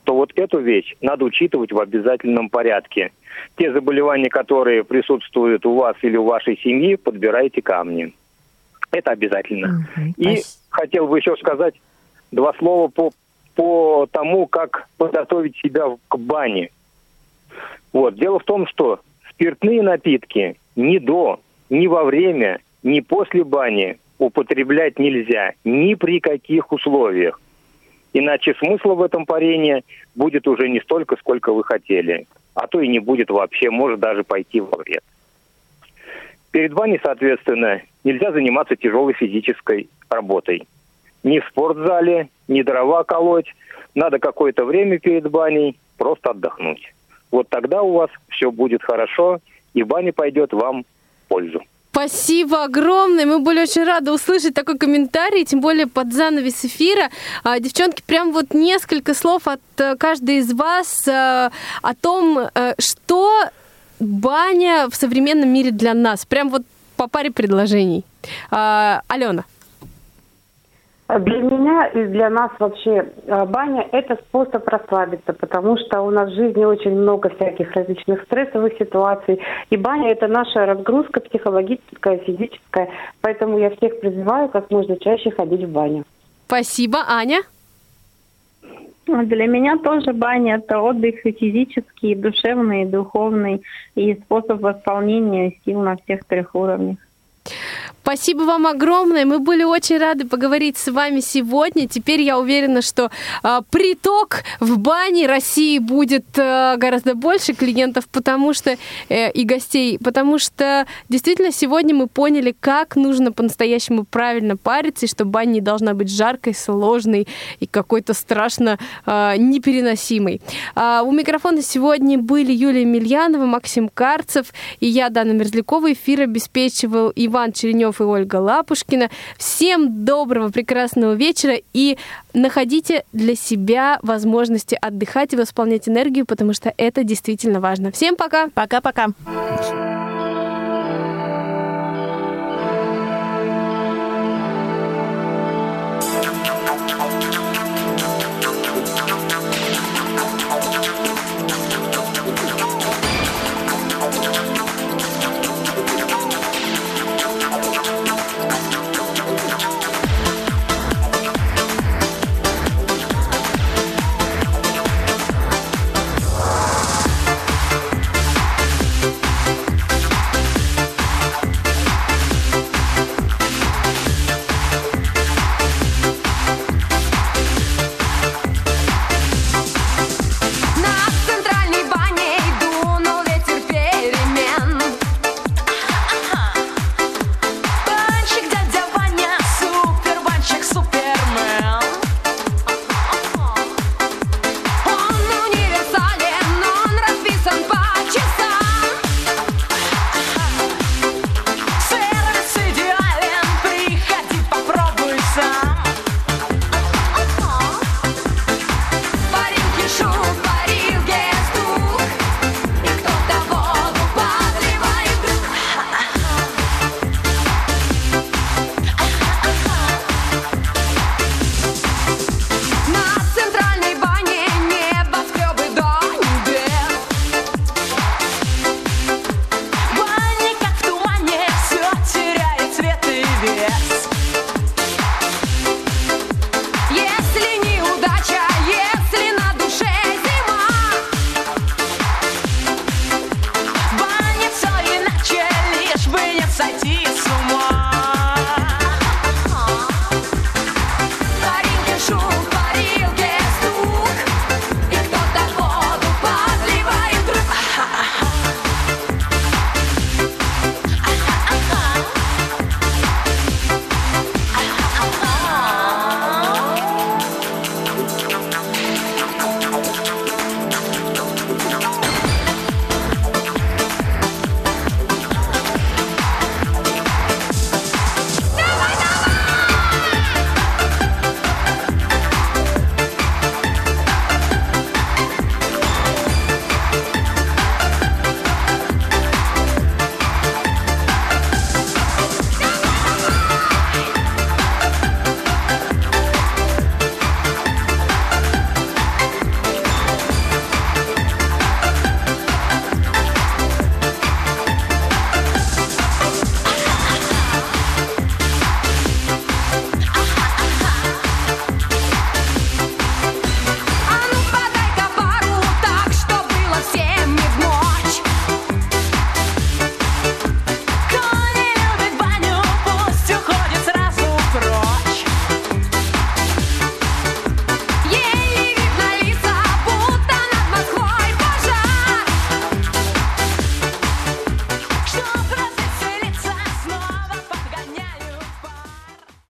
то вот эту вещь надо учитывать в обязательном порядке. Те заболевания, которые присутствуют у вас или у вашей семьи, подбирайте камни. Это обязательно. Mm-hmm. И Спасибо. Хотел бы еще сказать два слова по, по тому, как подготовить себя к бане. Вот. Дело в том, что спиртные напитки ни до, ни во время, ни после бани употреблять нельзя ни при каких условиях. Иначе смысла в этом парении будет уже не столько, сколько вы хотели. А то и не будет вообще, может даже пойти во вред. Перед баней, соответственно, нельзя заниматься тяжелой физической работой. Ни в спортзале, ни дрова колоть. Надо какое-то время перед баней просто отдохнуть. Вот тогда у вас все будет хорошо, и баня пойдет вам в пользу. Спасибо огромное. Мы были очень рады услышать такой комментарий, тем более под занавес эфира. А, девчонки, прям вот несколько слов от а, каждой из вас а, о том, а, что баня в современном мире для нас. Прям вот по паре предложений. А, Алена. Для меня и для нас вообще баня – это способ расслабиться, потому что у нас в жизни очень много всяких различных стрессовых ситуаций. И баня – это наша разгрузка психологическая, физическая. Поэтому я всех призываю как можно чаще ходить в баню. Спасибо. Аня? Для меня тоже баня – это отдых и физический, и душевный, и духовный, и способ восполнения сил на всех трех уровнях. Спасибо вам огромное. Мы были очень рады поговорить с вами сегодня. Теперь я уверена, что э, приток в бане России будет э, гораздо больше клиентов, потому что э, и гостей, потому что действительно сегодня мы поняли, как нужно по-настоящему правильно париться, и что баня не должна быть жаркой, сложной и какой-то страшно э, непереносимой. А у микрофона сегодня были Юлия Емельянова, Максим Карцев и я, Дана Мерзлякова. Эфир обеспечивал Иван Черенев и Ольга Лапушкина. Всем доброго, прекрасного вечера и находите для себя возможности отдыхать и восполнять энергию, потому что это действительно важно. Всем пока! Пока-пока!